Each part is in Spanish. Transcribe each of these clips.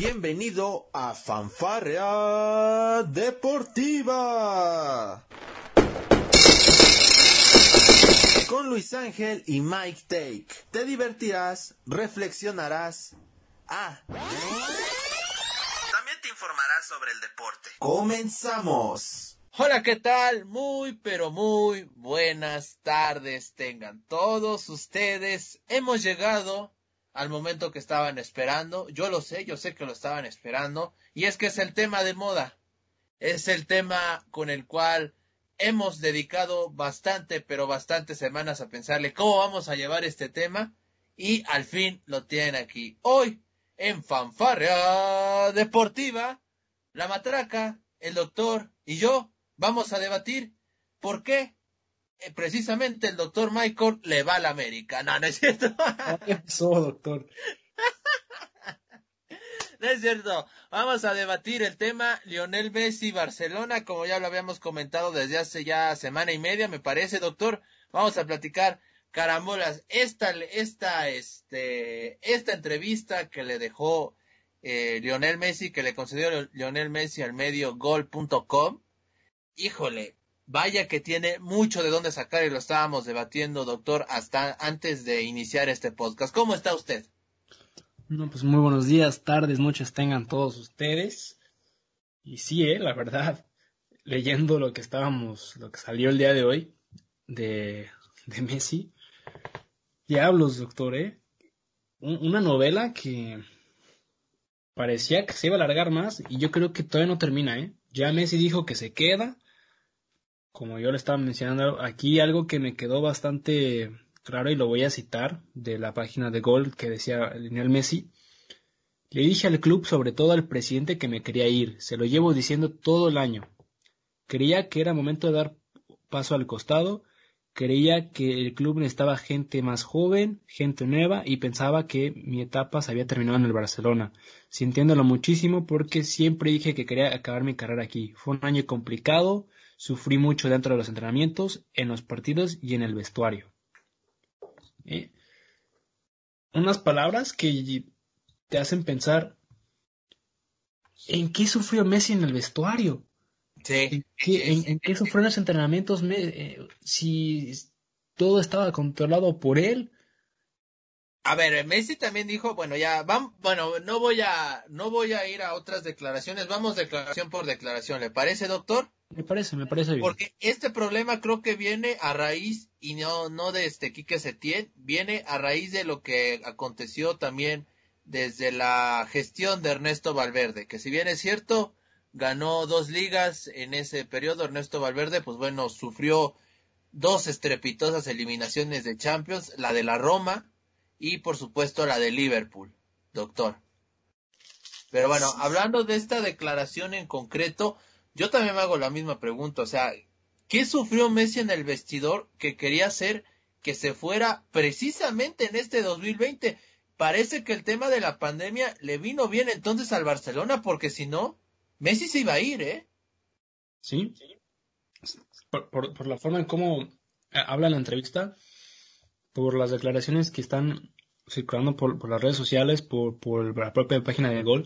Bienvenido a Fanfarria Deportiva. Con Luis Ángel y Mike Take. Te divertirás, reflexionarás. También te informarás sobre el deporte. ¡Comenzamos! Hola, ¿qué tal? Muy, pero muy buenas tardes tengan todos ustedes. Hemos llegado al momento que estaban esperando. Yo sé que lo estaban esperando. Y es que es el tema de moda. Es el tema con el cual hemos dedicado bastante, pero bastantes semanas a pensarle cómo vamos a llevar este tema. Y al fin lo tienen aquí. Hoy, en Fanfarria Deportiva, la matraca, el doctor y yo vamos a debatir por qué precisamente el doctor Michael le va a la América. No, no es cierto. ¿Qué pasó, doctor? No es cierto. Vamos a debatir el tema Lionel Messi Barcelona, como ya lo habíamos comentado desde hace ya semana y media, me parece, doctor. Vamos a platicar carambolas. Esta entrevista que le dejó Lionel Messi, que le concedió Lionel Messi al medio gol.com. Híjole, vaya que tiene mucho de dónde sacar y lo estábamos debatiendo, doctor, hasta antes de iniciar este podcast. ¿Cómo está usted? No, pues muy buenos días, tardes, noches tengan todos ustedes. Y sí, la verdad, leyendo lo que salió el día de hoy de Messi. Diablos, doctor, una novela que parecía que se iba a alargar más y yo creo que todavía no termina, Ya Messi dijo que se queda. Como yo le estaba mencionando aquí, algo que me quedó bastante claro y lo voy a citar de la página de Gol que decía Lionel Messi. Le dije al club, sobre todo al presidente, que me quería ir. Se lo llevo diciendo todo el año. Creía que era momento de dar paso al costado. Creía que el club necesitaba gente más joven, gente nueva, y pensaba que mi etapa se había terminado en el Barcelona, sintiéndolo muchísimo porque siempre dije que quería acabar mi carrera aquí. Fue un año complicado, sufrí mucho dentro de los entrenamientos, en los partidos y en el vestuario. Unas palabras que te hacen pensar, ¿en qué sufrió Messi en el vestuario? Sí. ¿En qué sufrió en los entrenamientos? Si todo estaba controlado por él. A ver, Messi también dijo, no voy a ir a otras declaraciones, vamos declaración por declaración, ¿le parece, doctor? Me parece bien. Porque este problema creo que viene a raíz, y no de Quique Setién, viene a raíz de lo que aconteció también desde la gestión de Ernesto Valverde, que si bien es cierto, ganó 2 ligas en ese periodo. Ernesto Valverde, pues bueno, sufrió 2 estrepitosas eliminaciones de Champions, la de la Roma y por supuesto la de Liverpool, doctor. Pero bueno, hablando de esta declaración en concreto, yo también me hago la misma pregunta, o sea, ¿qué sufrió Messi en el vestidor que quería hacer que se fuera precisamente en este 2020? Parece que el tema de la pandemia le vino bien entonces al Barcelona, porque si no, Messi se iba a ir, ¿eh? Sí, por la forma en cómo habla en la entrevista, por las declaraciones que están circulando por las redes sociales, por la propia página de Gol,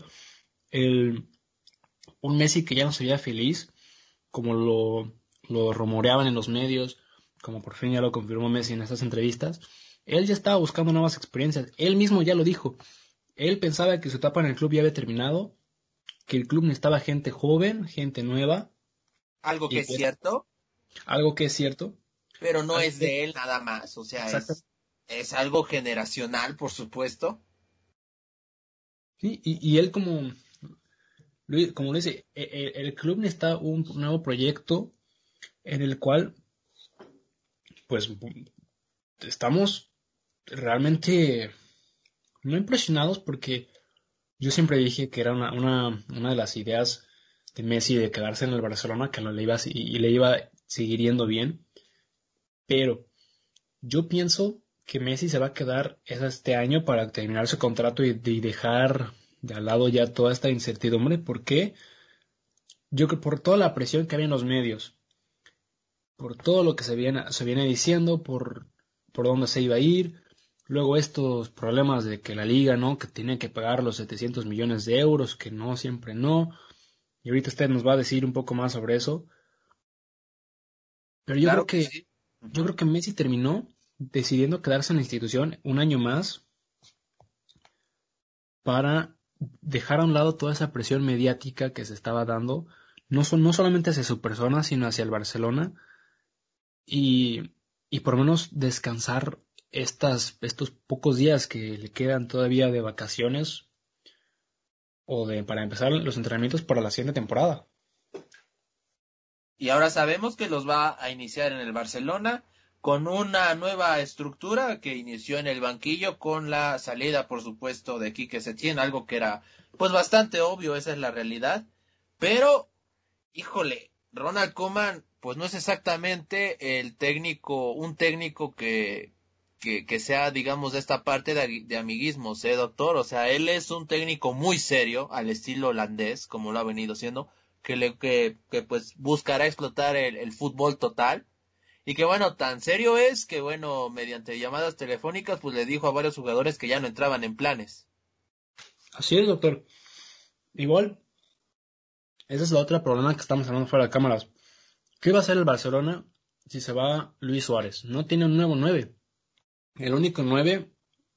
un Messi que ya no se veía feliz, como lo rumoreaban en los medios, como por fin ya lo confirmó Messi en estas entrevistas. Él ya estaba buscando nuevas experiencias, él mismo ya lo dijo. Él pensaba que su etapa en el club ya había terminado, que el club necesitaba gente joven, gente nueva. Algo que es cierto. Algo que es cierto. Pero no es de él nada más, o sea, es algo generacional, por supuesto. Sí, y él como lo dice, el club necesita un nuevo proyecto en el cual, pues, estamos realmente no impresionados porque yo siempre dije que era una de las ideas de Messi de quedarse en el Barcelona, que le iba a seguir yendo bien, pero yo pienso que Messi se va a quedar este año para terminar su contrato y dejar de al lado ya toda esta incertidumbre. ¿Por qué? Yo creo por toda la presión que había en los medios, por todo lo que se viene diciendo, por dónde se iba a ir, Luego estos problemas de que la liga, ¿no? Que tiene que pagar los 700 millones de euros, que no, siempre no. Y ahorita usted nos va a decir un poco más sobre eso. Pero Claro que sí. yo creo que Messi terminó decidiendo quedarse en la institución un año más para dejar a un lado toda esa presión mediática que se estaba dando, no solamente hacia su persona, sino hacia el Barcelona, y, y por lo menos descansar estos pocos días que le quedan todavía de vacaciones para empezar los entrenamientos para la siguiente temporada. Y ahora sabemos que los va a iniciar en el Barcelona con una nueva estructura que inició en el banquillo con la salida, por supuesto, de Quique Setién, algo que era pues bastante obvio, esa es la realidad. Pero, híjole, Ronald Koeman pues no es exactamente un técnico que sea, digamos, de esta parte de amiguismos, doctor? O sea, él es un técnico muy serio, al estilo holandés, como lo ha venido siendo, que pues buscará explotar el fútbol total. Y que bueno, tan serio es que bueno, mediante llamadas telefónicas, pues le dijo a varios jugadores que ya no entraban en planes. Así es, doctor. Igual, ese es el otro problema que estamos hablando fuera de cámaras. ¿Qué va a hacer el Barcelona si se va Luis Suárez? No tiene un nuevo 9. El único 9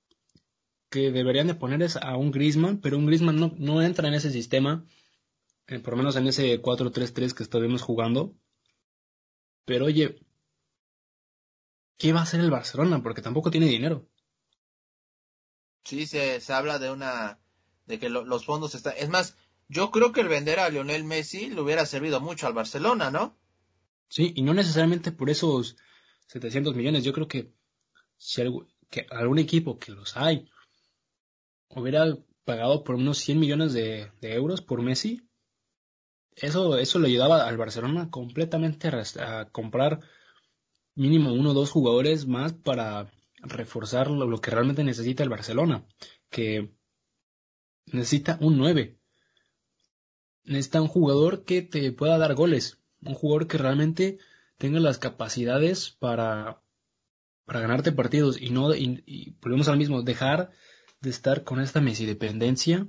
que deberían de poner es a un Griezmann, pero un Griezmann no entra en ese sistema, por lo menos en ese 4-3-3 que estuvimos jugando. Pero oye, ¿qué va a hacer el Barcelona? Porque tampoco tiene dinero. Sí, se habla de que los fondos están. Es más, yo creo que el vender a Lionel Messi le hubiera servido mucho al Barcelona, ¿no? Sí, y no necesariamente por esos 700 millones. Yo creo que si que algún equipo, que los hay, hubiera pagado por unos 100 millones de euros por Messi, eso le ayudaba al Barcelona completamente a comprar mínimo uno o dos jugadores más para reforzar lo que realmente necesita el Barcelona, que necesita un 9. Necesita un jugador que te pueda dar goles, un jugador que realmente tenga las capacidades para ganarte partidos y volvemos al mismo, dejar de estar con esta Messi dependencia,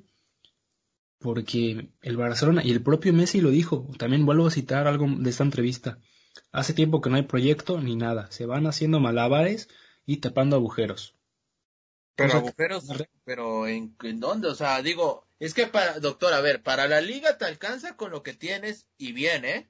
porque el Barcelona y el propio Messi lo dijo. También vuelvo a citar algo de esta entrevista: hace tiempo que no hay proyecto ni nada, se van haciendo malabares y tapando agujeros. Pero agujeros, pero ¿en dónde? O sea, digo, es que doctor, a ver, para la liga te alcanza con lo que tienes y bien, ¿eh?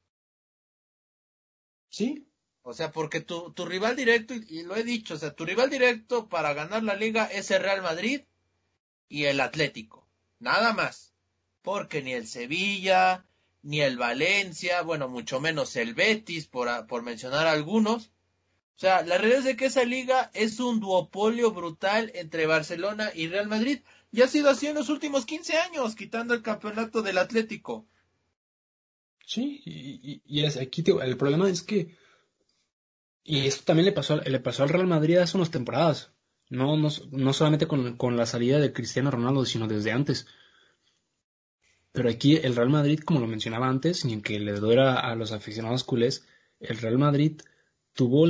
Sí. O sea, porque tu rival directo, y lo he dicho, o sea, tu rival directo para ganar la liga es el Real Madrid y el Atlético. Nada más. Porque ni el Sevilla, ni el Valencia, bueno, mucho menos el Betis, por mencionar algunos. O sea, la realidad es de que esa liga es un duopolio brutal entre Barcelona y Real Madrid. Y ha sido así en los últimos 15 años, quitando el campeonato del Atlético. Sí, aquí el problema es que, y esto también le pasó al Real Madrid hace unas temporadas, no solamente con la salida de Cristiano Ronaldo, sino desde antes. Pero aquí el Real Madrid, como lo mencionaba antes, y aunque le duela a los aficionados culés, el Real Madrid tuvo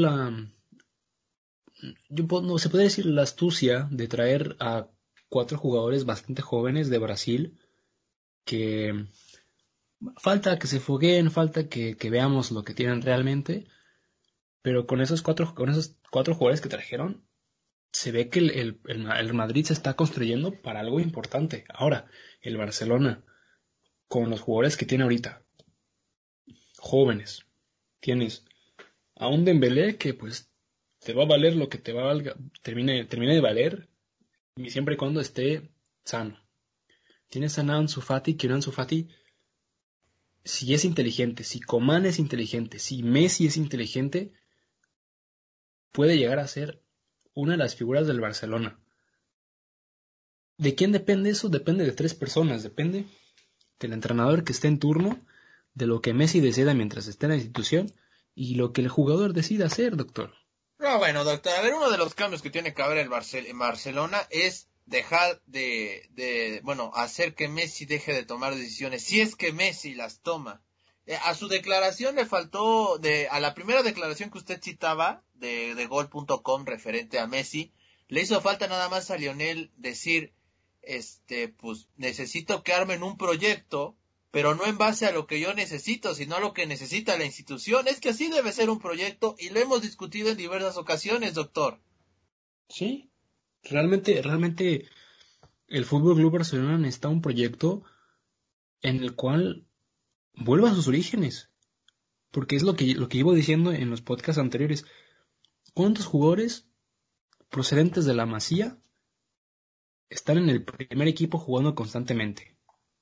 no se puede decir, la astucia de traer a 4 jugadores bastante jóvenes de Brasil, que falta que se fogueen, falta que veamos lo que tienen realmente, pero con esos 4 jugadores que trajeron, se ve que el Madrid se está construyendo para algo importante. Ahora, el Barcelona, con los jugadores que tiene ahorita, jóvenes, tienes a un Dembélé que pues te va a valer lo que te termine de valer, y siempre y cuando esté sano. Tienes a Ansu Fati, que Ansu Fati, si es inteligente, si Coman es inteligente, si Messi es inteligente, puede llegar a ser una de las figuras del Barcelona. ¿De quién depende eso? Depende de 3 personas. Depende del entrenador que esté en turno, de lo que Messi decida mientras esté en la institución y lo que el jugador decida hacer, doctor. No, bueno, doctor, a ver, uno de los cambios que tiene que haber en Barcelona es dejar bueno, hacer que Messi deje de tomar decisiones, si es que Messi las toma. A su declaración le faltó, a la primera declaración que usted citaba de gol.com referente a Messi, Le hizo falta nada más a Lionel decir, pues necesito que armen un proyecto, pero no en base a lo que yo necesito, sino a lo que necesita la institución. Es que así debe ser un proyecto y lo hemos discutido en diversas ocasiones, doctor. Sí, realmente el Fútbol Club Barcelona necesita un proyecto en el cual vuelva a sus orígenes, porque es lo que llevo diciendo en los podcasts anteriores. ¿Cuántos jugadores procedentes de la Masía están en el primer equipo jugando constantemente?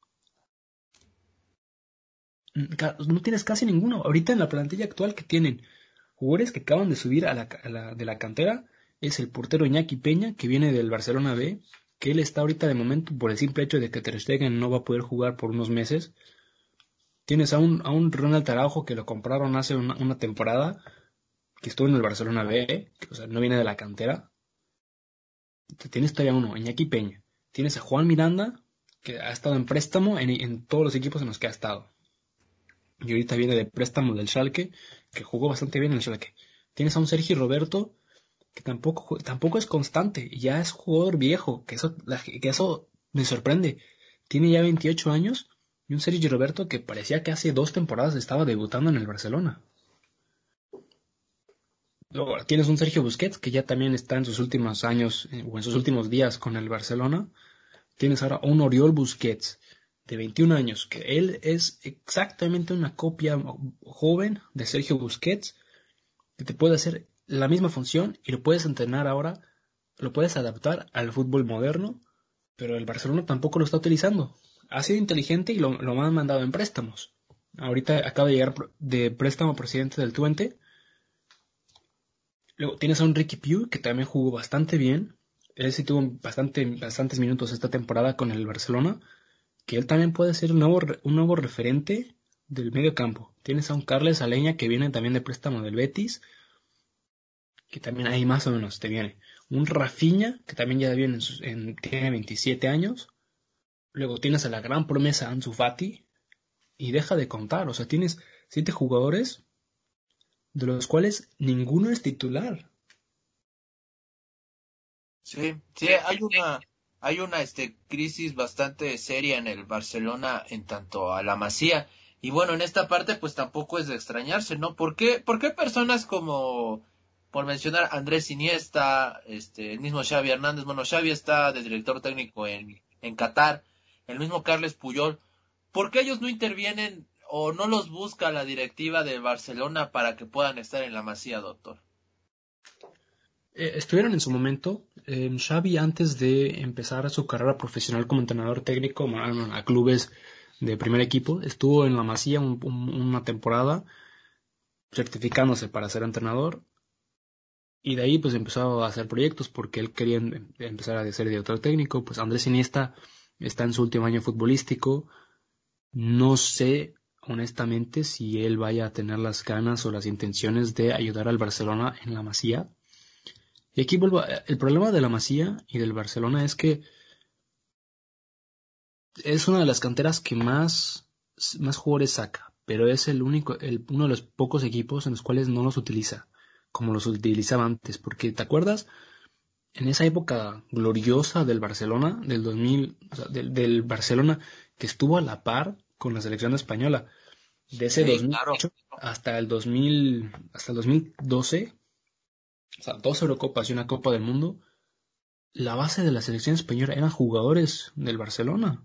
No tienes casi ninguno. Ahorita en la plantilla actual que tienen jugadores que acaban de subir de la cantera es el portero Iñaki Peña, que viene del Barcelona B, que él está ahorita de momento por el simple hecho de que Ter Stegen no va a poder jugar por unos meses. Tienes a un Ronald Araujo que lo compraron hace una temporada, que estuvo en el Barcelona B, que, o sea, no viene de la cantera. Tienes todavía uno, Iñaki Peña. Tienes a Juan Miranda, que ha estado en préstamo en todos los equipos en los que ha estado. Y ahorita viene de préstamo del Schalke, que jugó bastante bien en el Schalke. Tienes a un Sergi Roberto, que tampoco es constante, y ya es jugador viejo, que eso me sorprende. Tiene ya 28 años, y un Sergi Roberto que parecía que hace 2 temporadas estaba debutando en el Barcelona. Luego tienes un Sergio Busquets, que ya también está en sus últimos años, o en sus últimos días con el Barcelona. Tienes ahora un Oriol Busquets, de 21 años, que él es exactamente una copia joven de Sergio Busquets, que te puede hacer la misma función y lo puedes entrenar ahora, lo puedes adaptar al fútbol moderno, pero el Barcelona tampoco lo está utilizando. Ha sido inteligente y lo han mandado en préstamos. Ahorita acaba de llegar de préstamo procedente del Twente. Luego tienes a un Ricky Puig, que también jugó bastante bien. Él sí tuvo bastantes minutos esta temporada con el Barcelona, que él también puede ser un nuevo referente del medio campo. Tienes a un Carles Aleña, que viene también de préstamo del Betis, que también ahí más o menos te viene. Un Rafinha, que también ya viene tiene 27 años. Luego tienes a la gran promesa Ansu Fati, y deja de contar, o sea, tienes 7 jugadores, de los cuales ninguno es titular. Sí, hay una crisis bastante seria en el Barcelona en tanto a la Masía. Y bueno, en esta parte pues tampoco es de extrañarse, ¿no? ¿Por qué personas como, por mencionar, Andrés Iniesta, el mismo Xavi Hernández? Bueno, Xavi está de director técnico en Qatar, el mismo Carles Puyol. ¿Por qué ellos no intervienen o no los busca la directiva de Barcelona para que puedan estar en la Masía, doctor? Estuvieron en su momento. Xavi, antes de empezar su carrera profesional como entrenador técnico a clubes de primer equipo, estuvo en la Masía una temporada certificándose para ser entrenador, y de ahí pues empezó a hacer proyectos porque él quería empezar a ser director técnico. Pues Andrés Iniesta está en su último año futbolístico. No sé honestamente si él vaya a tener las ganas o las intenciones de ayudar al Barcelona en la Masía. Y aquí vuelvo, el problema de la Masía y del Barcelona es que es una de las canteras que más jugadores saca, pero es uno de los pocos equipos en los cuales no los utiliza, como los utilizaba antes, porque ¿te acuerdas? En esa época gloriosa del Barcelona, del 2000, o sea, del Barcelona que estuvo a la par con la selección española, de ese Sí, 2008 claro. hasta el 2012, o sea, 2 Eurocopas y una Copa del Mundo, la base de la selección española eran jugadores del Barcelona.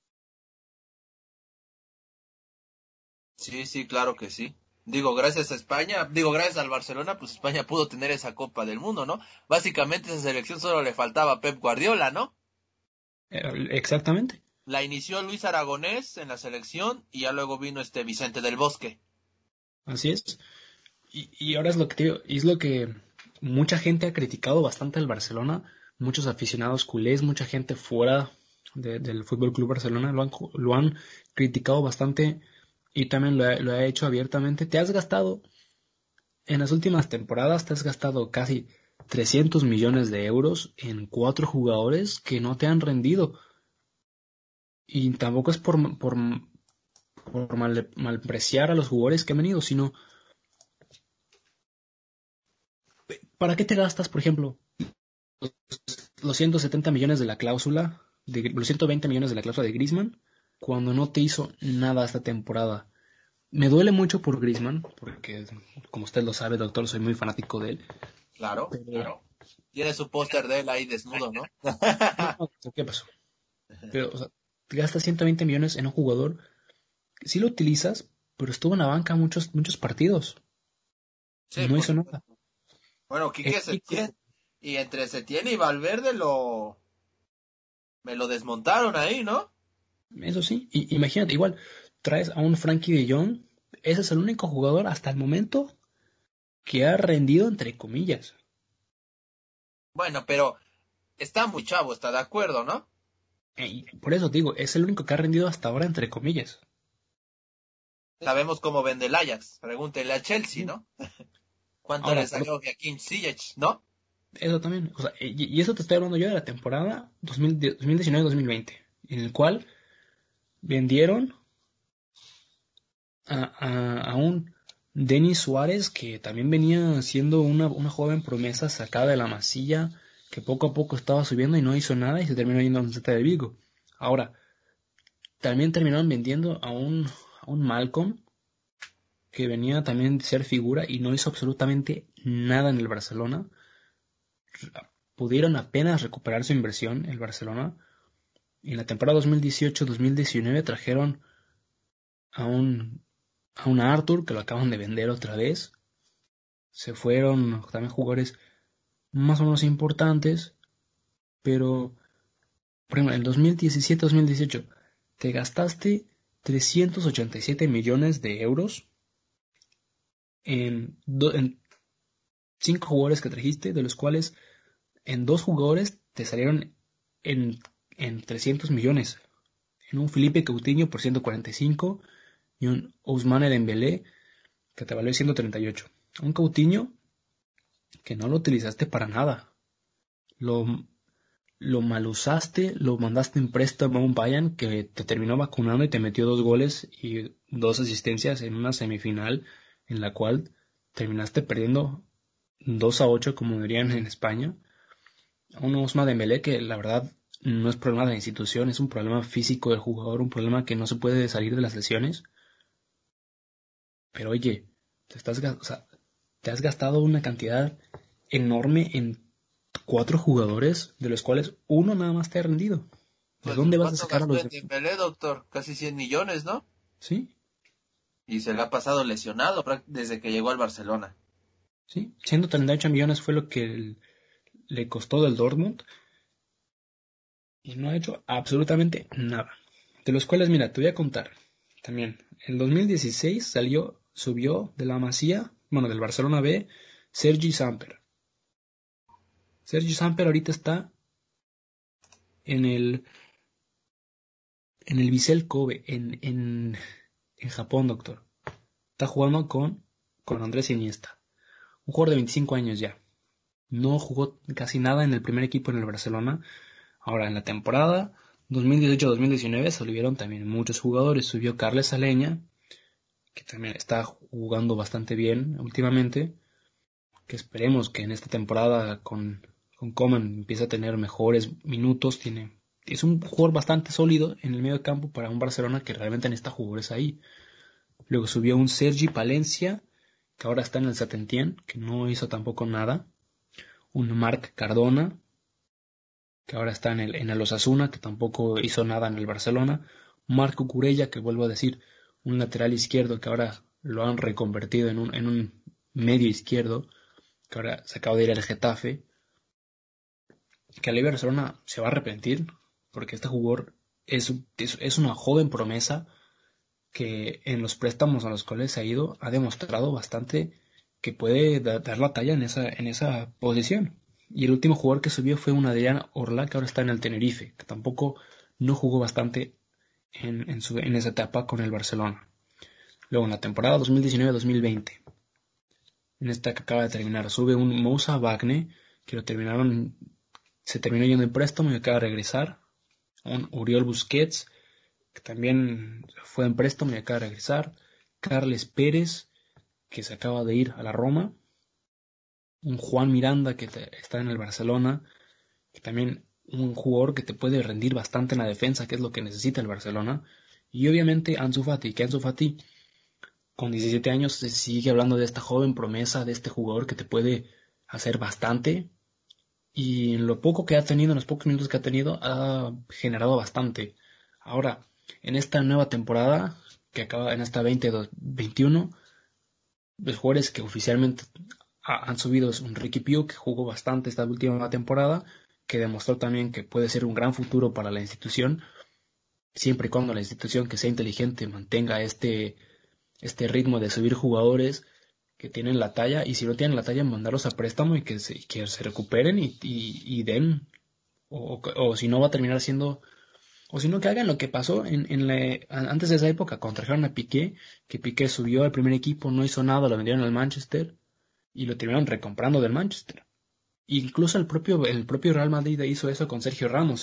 Sí, sí, claro que sí. Digo, gracias a España, digo, gracias al Barcelona, pues España pudo tener esa Copa del Mundo, ¿no? Básicamente esa selección solo le faltaba a Pep Guardiola, ¿no? Exactamente. La inició Luis Aragonés en la selección y ya luego vino Vicente del Bosque. Así es. Y ahora es lo que te digo, y es lo que mucha gente ha criticado bastante al Barcelona, muchos aficionados culés, mucha gente fuera del Fútbol Club Barcelona lo han criticado bastante, y también lo ha hecho abiertamente. En las últimas temporadas te has gastado casi 300 millones de euros en 4 jugadores que no te han rendido. Y tampoco es por malpreciar a los jugadores que han venido, sino ¿para qué te gastas, por ejemplo? los 170 millones de la cláusula, los 120 millones de la cláusula de Griezmann, cuando no te hizo nada esta temporada. Me duele mucho por Griezmann, porque como usted lo sabe, doctor, soy muy fanático de él. Claro, claro. Tiene su póster de él ahí desnudo, ¿no? No, ¿qué pasó? Pero, o sea, te gastas 120 millones en un jugador, sí lo utilizas, pero estuvo en la banca muchos partidos. Sí, No hizo nada. Bueno, Quique Setién, y entre Setién y Valverde me lo desmontaron ahí, ¿no? Eso sí, imagínate, igual traes a un Frankie de Jong, ese es el único jugador hasta el momento que ha rendido entre comillas. Bueno, pero está muy chavo, está de acuerdo, ¿no? Y por eso digo, es el único que ha rendido hasta ahora entre comillas. Sabemos cómo vende el Ajax, pregúntele a Chelsea, ¿no? ¿Cuánto Ahora, le salió Joaquín Ziyech, no? eso también, o sea, y eso te estoy hablando yo de la temporada 2019-2020, en el cual vendieron a un Denis Suárez que también venía siendo una joven promesa sacada de la masilla, que poco a poco estaba subiendo y no hizo nada y se terminó yendo al Celta de Vigo. Ahora, también terminaron vendiendo a un Malcolm que venía también de ser figura y no hizo absolutamente nada en el Barcelona. Pudieron apenas recuperar su inversión el Barcelona. En la temporada 2018-2019 trajeron a un Arthur que lo acaban de vender otra vez. Se fueron también jugadores más o menos importantes, pero por ejemplo, en el 2017-2018 te gastaste 387 millones de euros en 5 jugadores que trajiste, de los cuales en 2 jugadores te salieron en 300 millones. En un Felipe Coutinho por 145 y un Ousmane Dembélé que te valió 138. Un Coutinho que no lo utilizaste para nada. Lo mal usaste, lo mandaste en préstamo a un Bayern que te terminó vacunando y te metió 2 goles y 2 asistencias en una semifinal en la cual terminaste perdiendo 2-8, como dirían en España. A un Ousmane Dembélé que la verdad no es problema de la institución, es un problema físico del jugador, un problema que no se puede salir de las lesiones. Pero oye, te has gastado una cantidad enorme en 4 jugadores, de los cuales uno nada más te ha rendido. ¿De Pues, dónde vas a ¿cuánto sacar a gastó los en demás? Dembélé, doctor? Casi 100 millones, ¿no? Sí, Y se le ha pasado lesionado desde que llegó al Barcelona. sí. 138 millones fue lo que le costó del Dortmund y no ha hecho absolutamente nada. De los cuales, mira, te voy a contar. También, en 2016 subió de la Masía, bueno, del Barcelona B, Sergi Samper. Sergi Samper ahorita está en el Vissel Kobe, en Japón, doctor. Está jugando con Andrés Iniesta. Un jugador de 25 años ya. No jugó casi nada en el primer equipo en el Barcelona. Ahora, en la temporada 2018-2019 subieron también muchos jugadores. Subió Carles Aleña, que también está jugando bastante bien últimamente. Que esperemos que en esta temporada con Coman empiece a tener mejores minutos. Es un jugador bastante sólido en el medio de campo para un Barcelona que realmente necesita jugadores ahí. Luego subió un Sergi Palencia, que ahora está en el Saint-Étienne, que no hizo tampoco nada. Un Marc Cardona, que ahora está en el Osasuna, que tampoco hizo nada en el Barcelona. Marco Curella, que vuelvo a decir, un lateral izquierdo que ahora lo han reconvertido en un medio izquierdo, que ahora se acaba de ir al Getafe. Que el Barcelona se va a arrepentir, porque este jugador es una joven promesa que en los préstamos a los cuales se ha ido ha demostrado bastante que puede dar la talla en esa posición. Y el último jugador que subió fue un Adrián Orlá, que ahora está en el Tenerife, que tampoco no jugó bastante en esa etapa con el Barcelona. Luego en la temporada 2019-2020, en esta que acaba de terminar, sube un Moussa Wagner, que se terminó yendo en préstamo y acaba de regresar. Un Uriol Busquets, que también fue en préstamo y acaba de regresar. Carles Pérez, que se acaba de ir a la Roma. Un Juan Miranda, que está en el Barcelona. también un jugador que te puede rendir bastante en la defensa, que es lo que necesita el Barcelona. Y obviamente Ansu Fati, que Ansu Fati con 17 años se sigue hablando de esta joven promesa, de este jugador que te puede hacer bastante. Y en lo poco que ha tenido, en los pocos minutos que ha tenido, ha generado bastante. Ahora, en esta nueva temporada, que acaba en esta 2021, los jugadores que oficialmente han subido es un Ricky Pugh, que jugó bastante esta última temporada, que demostró también que puede ser un gran futuro para la institución, siempre y cuando la institución, que sea inteligente, mantenga este ritmo de subir jugadores que tienen la talla, y si no tienen la talla, mandarlos a préstamo y que se recuperen y den, o si no va a terminar siendo, o si no, que hagan lo que pasó antes de esa época, cuando trajeron a Piqué, que Piqué subió al primer equipo, no hizo nada, lo vendieron al Manchester y lo terminaron recomprando del Manchester. Incluso el propio Real Madrid hizo eso con Sergio Ramos.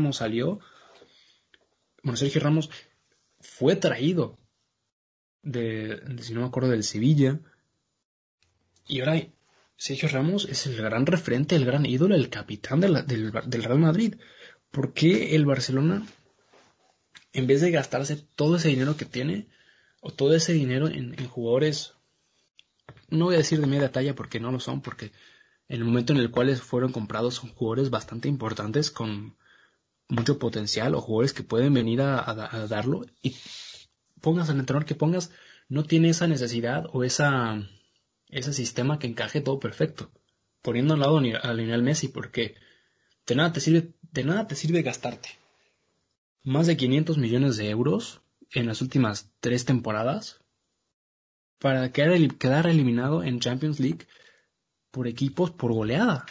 Sergio Ramos fue traído si no me acuerdo, del Sevilla. Y ahora Sergio Ramos es el gran referente, el gran ídolo, el capitán del Real Madrid. ¿Por qué el Barcelona, en vez de gastarse todo ese dinero que tiene, o todo ese dinero en jugadores, no voy a decir de media talla porque no lo son, porque en el momento en el cual fueron comprados son jugadores bastante importantes con mucho potencial, o jugadores que pueden venir a darlo, y pongas al entrenador que pongas, no tiene esa necesidad o ese sistema que encaje todo perfecto, poniendo al lado a Lionel Messi, porque de nada te sirve gastarte más de 500 millones de euros en las últimas 3 temporadas para quedar eliminado en Champions League por equipos por goleada.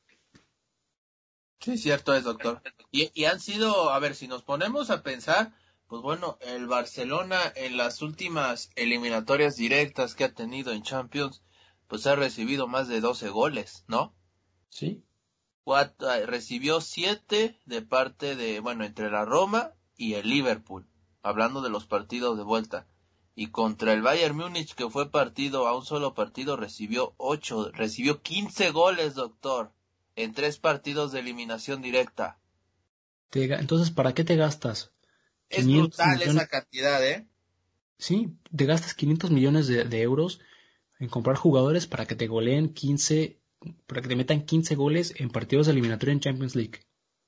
Sí, cierto es, doctor. Y han sido, a ver, si nos ponemos a pensar, pues bueno, el Barcelona en las últimas eliminatorias directas que ha tenido en Champions, pues ha recibido más de 12 goles, ¿no? Sí. Recibió 7 de parte de, bueno, entre la Roma y el Liverpool, hablando de los partidos de vuelta. Y contra el Bayern Múnich, que fue partido a un solo partido, recibió 15 goles, doctor, en 3 partidos de eliminación directa. Entonces, ¿para qué te gastas Es 500 brutal millones? esa cantidad, ¿eh? Sí, te gastas 500 millones de euros en comprar jugadores para que te goleen 15, para que te metan 15 goles en partidos de eliminatoria en Champions League.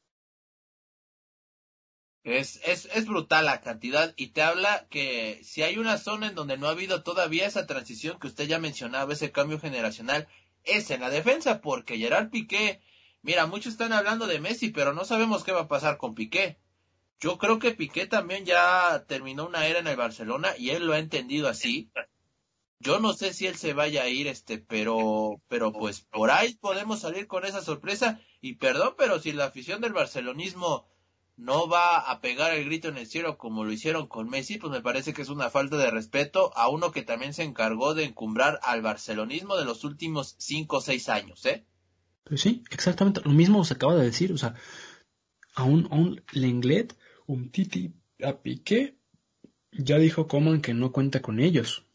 Es brutal la cantidad, y te habla que si hay una zona en donde no ha habido todavía esa transición que usted ya mencionaba, ese cambio generacional, es en la defensa, porque Gerard Piqué, mira, muchos están hablando de Messi, pero no sabemos qué va a pasar con Piqué. Yo creo que Piqué también ya terminó una era en el Barcelona y él lo ha entendido así. Yo no sé si él se vaya a ir, pero pues por ahí podemos salir con esa sorpresa. Y perdón, pero si la afición del barcelonismo no va a pegar el grito en el cielo como lo hicieron con Messi, pues me parece que es una falta de respeto a uno que también se encargó de encumbrar al barcelonismo de los últimos 5 o 6 años, ¿eh? Pues sí, exactamente lo mismo se acaba de decir. O sea, a un Lenglet, un Titi, a Piqué, ya dijo Coman que no cuenta con ellos.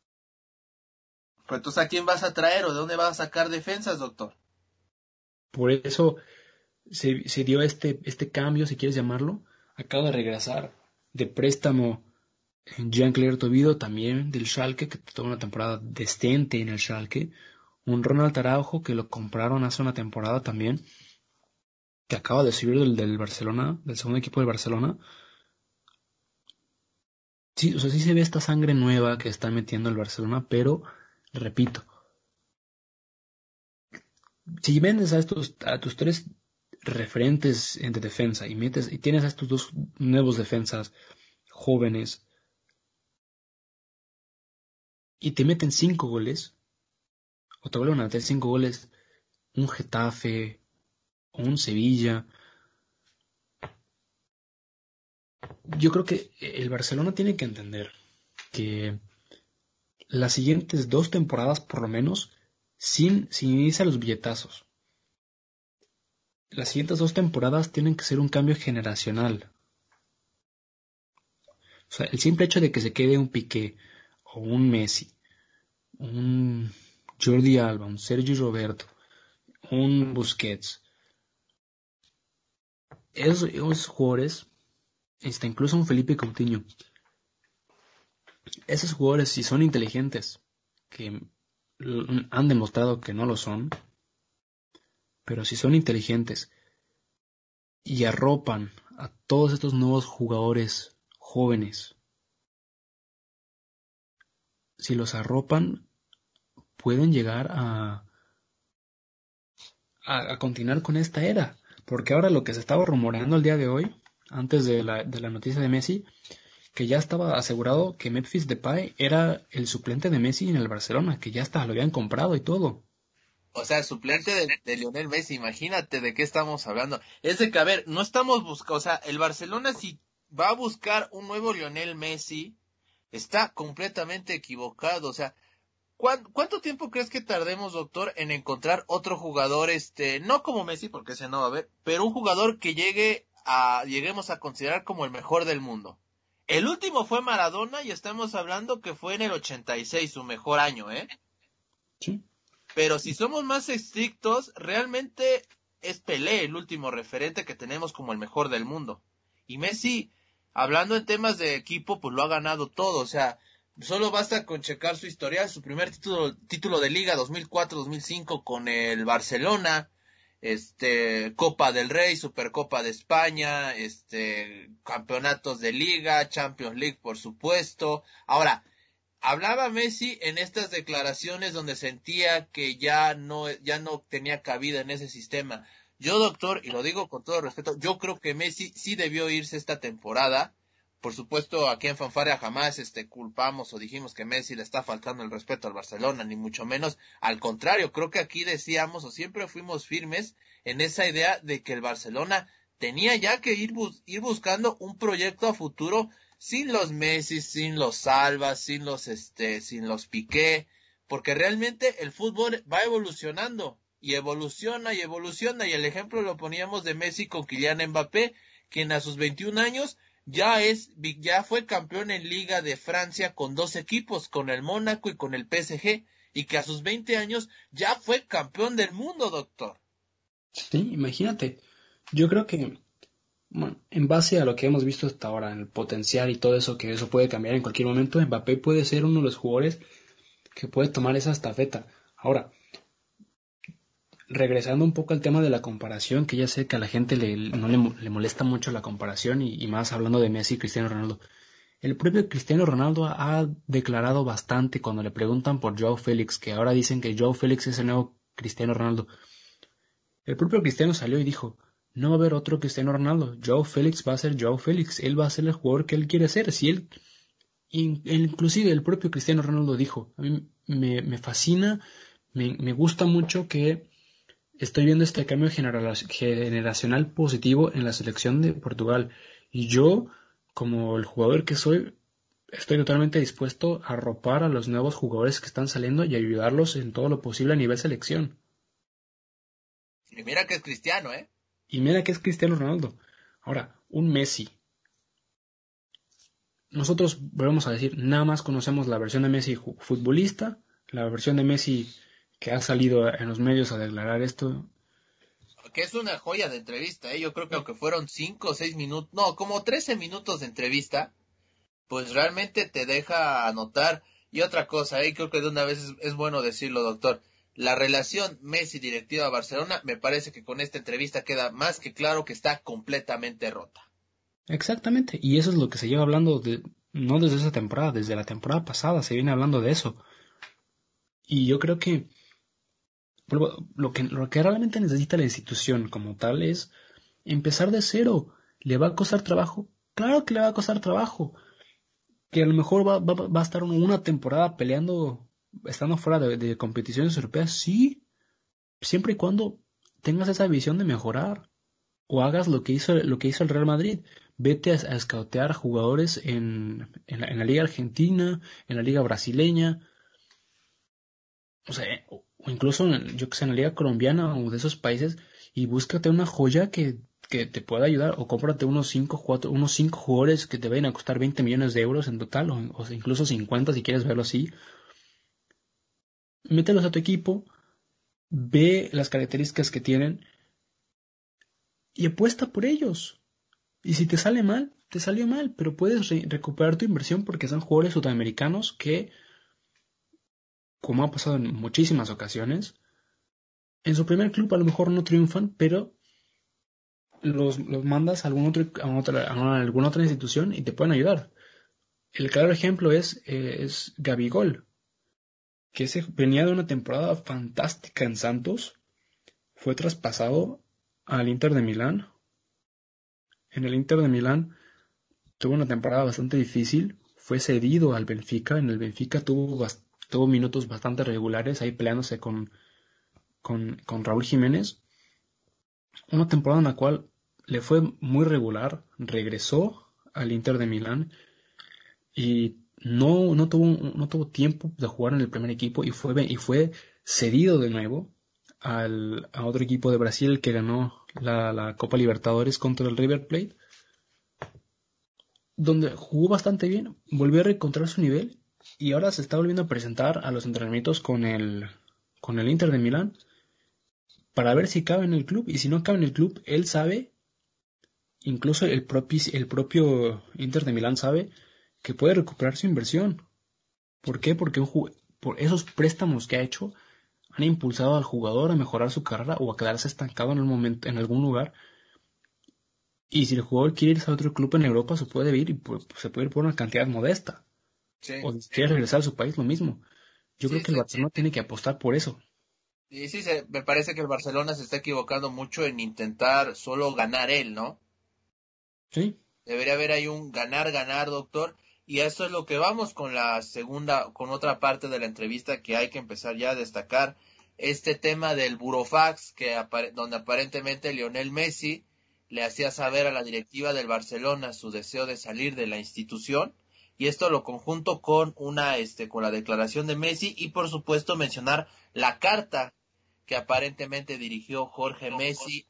Pues entonces, ¿a quién vas a traer o de dónde vas a sacar defensas, doctor? Por eso se dio este cambio, si quieres llamarlo. Acaba de regresar de préstamo Jean-Claire Todibo, también del Schalke, que tuvo una temporada decente en el Schalke. Un Ronald Araujo, que lo compraron hace una temporada también, que acaba de subir del Barcelona, del segundo equipo del Barcelona. Sí, o sea, sí se ve esta sangre nueva que está metiendo el Barcelona, pero, repito, si vendes a tus 3 referentes de defensa y tienes a estos 2 nuevos defensas jóvenes y te meten 5 goles, o te vuelven a meter 5 goles, un Getafe o un Sevilla, yo creo que el Barcelona tiene que entender que las siguientes 2 temporadas, por lo menos, sin irse a los billetazos, las siguientes 2 temporadas tienen que ser un cambio generacional. O sea, el simple hecho de que se quede un Piqué o un Messi, un Jordi Alba, un Sergio Roberto, un Busquets, esos jugadores, incluso un Felipe Coutinho, esos jugadores, si son inteligentes, que han demostrado que no lo son, pero si son inteligentes y arropan a todos estos nuevos jugadores jóvenes, si los arropan, pueden llegar a continuar con esta era. Porque ahora lo que se estaba rumoreando el día de hoy, antes de la noticia de Messi, que ya estaba asegurado que Memphis Depay era el suplente de Messi en el Barcelona, que ya hasta lo habían comprado y todo. O sea, suplente de Lionel Messi, imagínate de qué estamos hablando. Es de que, a ver, no estamos buscando, o sea, el Barcelona si va a buscar un nuevo Lionel Messi, está completamente equivocado. O sea, ¿cuánto tiempo crees que tardemos, doctor, en encontrar otro jugador, no como Messi, porque ese no va a haber, pero un jugador que lleguemos a considerar como el mejor del mundo? El último fue Maradona y estamos hablando que fue en el 86, su mejor año, ¿eh? Sí. Pero si somos más estrictos, realmente es Pelé el último referente que tenemos como el mejor del mundo. Y Messi, hablando en temas de equipo, pues lo ha ganado todo. O sea, solo basta con checar su historial, su primer título de Liga 2004-2005 con el Barcelona, Copa del Rey, Supercopa de España, campeonatos de Liga, Champions League, por supuesto. Ahora, hablaba Messi en estas declaraciones donde sentía que ya no tenía cabida en ese sistema. Yo, doctor, y lo digo con todo respeto, yo creo que Messi sí debió irse esta temporada. Por supuesto, aquí en Fanfarea jamás culpamos o dijimos que Messi le está faltando el respeto al Barcelona, ni mucho menos. Al contrario, creo que aquí decíamos o siempre fuimos firmes en esa idea de que el Barcelona tenía ya que ir buscando un proyecto a futuro sin los Messi, sin los Alba, sin los Piqué, porque realmente el fútbol va evolucionando y evoluciona y evoluciona, y el ejemplo lo poníamos de Messi con Kylian Mbappé, quien a sus 21 años ya fue campeón en Liga de Francia con 2 equipos, con el Mónaco y con el PSG, y que a sus 20 años ya fue campeón del mundo, doctor. Sí, imagínate. Yo creo que, bueno, en base a lo que hemos visto hasta ahora, en el potencial y todo eso, que eso puede cambiar en cualquier momento, Mbappé puede ser uno de los jugadores que puede tomar esa estafeta. Ahora, regresando un poco al tema de la comparación, que ya sé que a la gente no le molesta mucho la comparación, y más hablando de Messi y Cristiano Ronaldo. El propio Cristiano Ronaldo ha declarado bastante cuando le preguntan por Joao Félix, que ahora dicen que Joao Félix es el nuevo Cristiano Ronaldo. El propio Cristiano salió y dijo: no va a haber otro Cristiano Ronaldo, Joao Félix va a ser Joao Félix, él va a ser el jugador que él quiere ser. Si él, inclusive el propio Cristiano Ronaldo dijo: a mí me fascina, me gusta mucho que estoy viendo este cambio generacional positivo en la selección de Portugal, y yo, como el jugador que soy, estoy totalmente dispuesto a arropar a los nuevos jugadores que están saliendo y ayudarlos en todo lo posible a nivel selección. Y mira que es Cristiano, ¿eh? Y mira que es Cristiano Ronaldo. Ahora, un Messi. Nosotros, volvemos a decir, nada más conocemos la versión de Messi futbolista, la versión de Messi que ha salido en los medios a declarar esto. Que es una joya de entrevista, ¿eh? Yo creo que aunque fueron 5 o 6 minutos, no, como 13 minutos de entrevista, pues realmente te deja anotar. Y otra cosa, creo que de una vez es bueno decirlo, doctor. La relación Messi-Directiva Barcelona, me parece que con esta entrevista queda más que claro que está completamente rota. Exactamente, y eso es lo que se lleva hablando no desde esa temporada, desde la temporada pasada se viene hablando de eso. Y yo creo que lo que realmente necesita la institución como tal es empezar de cero. ¿Le va a costar trabajo? Claro que le va a costar trabajo. Que a lo mejor va a estar una temporada peleando, estando fuera de competiciones europeas, sí, siempre y cuando tengas esa visión de mejorar, o hagas lo que hizo el Real Madrid. Vete a escautear jugadores en la Liga Argentina, en la Liga Brasileña, o sea, o incluso yo que sé, en la Liga Colombiana o de esos países, y búscate una joya que te pueda ayudar, o cómprate unos 5 jugadores que te vayan a costar 20 millones de euros en total, o incluso 50 si quieres verlo así. Mételos a tu equipo, ve las características que tienen y apuesta por ellos. Y si te sale mal, te salió mal, pero puedes recuperar tu inversión porque son jugadores sudamericanos que, como ha pasado en muchísimas ocasiones, en su primer club a lo mejor no triunfan, pero los mandas a alguna otra institución y te pueden ayudar. El claro ejemplo es Gabigol, que venía de una temporada fantástica en Santos, fue traspasado al Inter de Milán. En el Inter de Milán tuvo una temporada bastante difícil, fue cedido al Benfica. En el Benfica tuvo minutos bastante regulares, ahí peleándose con Raúl Jiménez. Una temporada en la cual le fue muy regular, regresó al Inter de Milán y no tuvo tiempo de jugar en el primer equipo y fue cedido de nuevo a otro equipo de Brasil que ganó la Copa Libertadores contra el River Plate, donde jugó bastante bien, volvió a reencontrar su nivel y ahora se está volviendo a presentar a los entrenamientos con el Inter de Milán para ver si cabe en el club, y si no cabe en el club, él sabe, incluso el propio Inter de Milán sabe que puede recuperar su inversión. ¿Por qué? Porque por esos préstamos que ha hecho han impulsado al jugador a mejorar su carrera o a quedarse estancado en algún lugar. Y si el jugador quiere irse a otro club en Europa, se puede ir y se puede ir por una cantidad modesta. Sí. O si quiere regresar a su país, lo mismo. Yo creo que el Barcelona tiene que apostar por eso. Y sí, me parece que el Barcelona se está equivocando mucho en intentar solo ganar él, ¿no? Sí. Debería haber ahí un ganar, doctor. Y eso es lo que vamos con con otra parte de la entrevista que hay que empezar ya a destacar. Este tema del burofax, donde aparentemente Lionel Messi le hacía saber a la directiva del Barcelona su deseo de salir de la institución. Y esto lo conjunto con con la declaración de Messi y por supuesto mencionar la carta que aparentemente dirigió Jorge Messi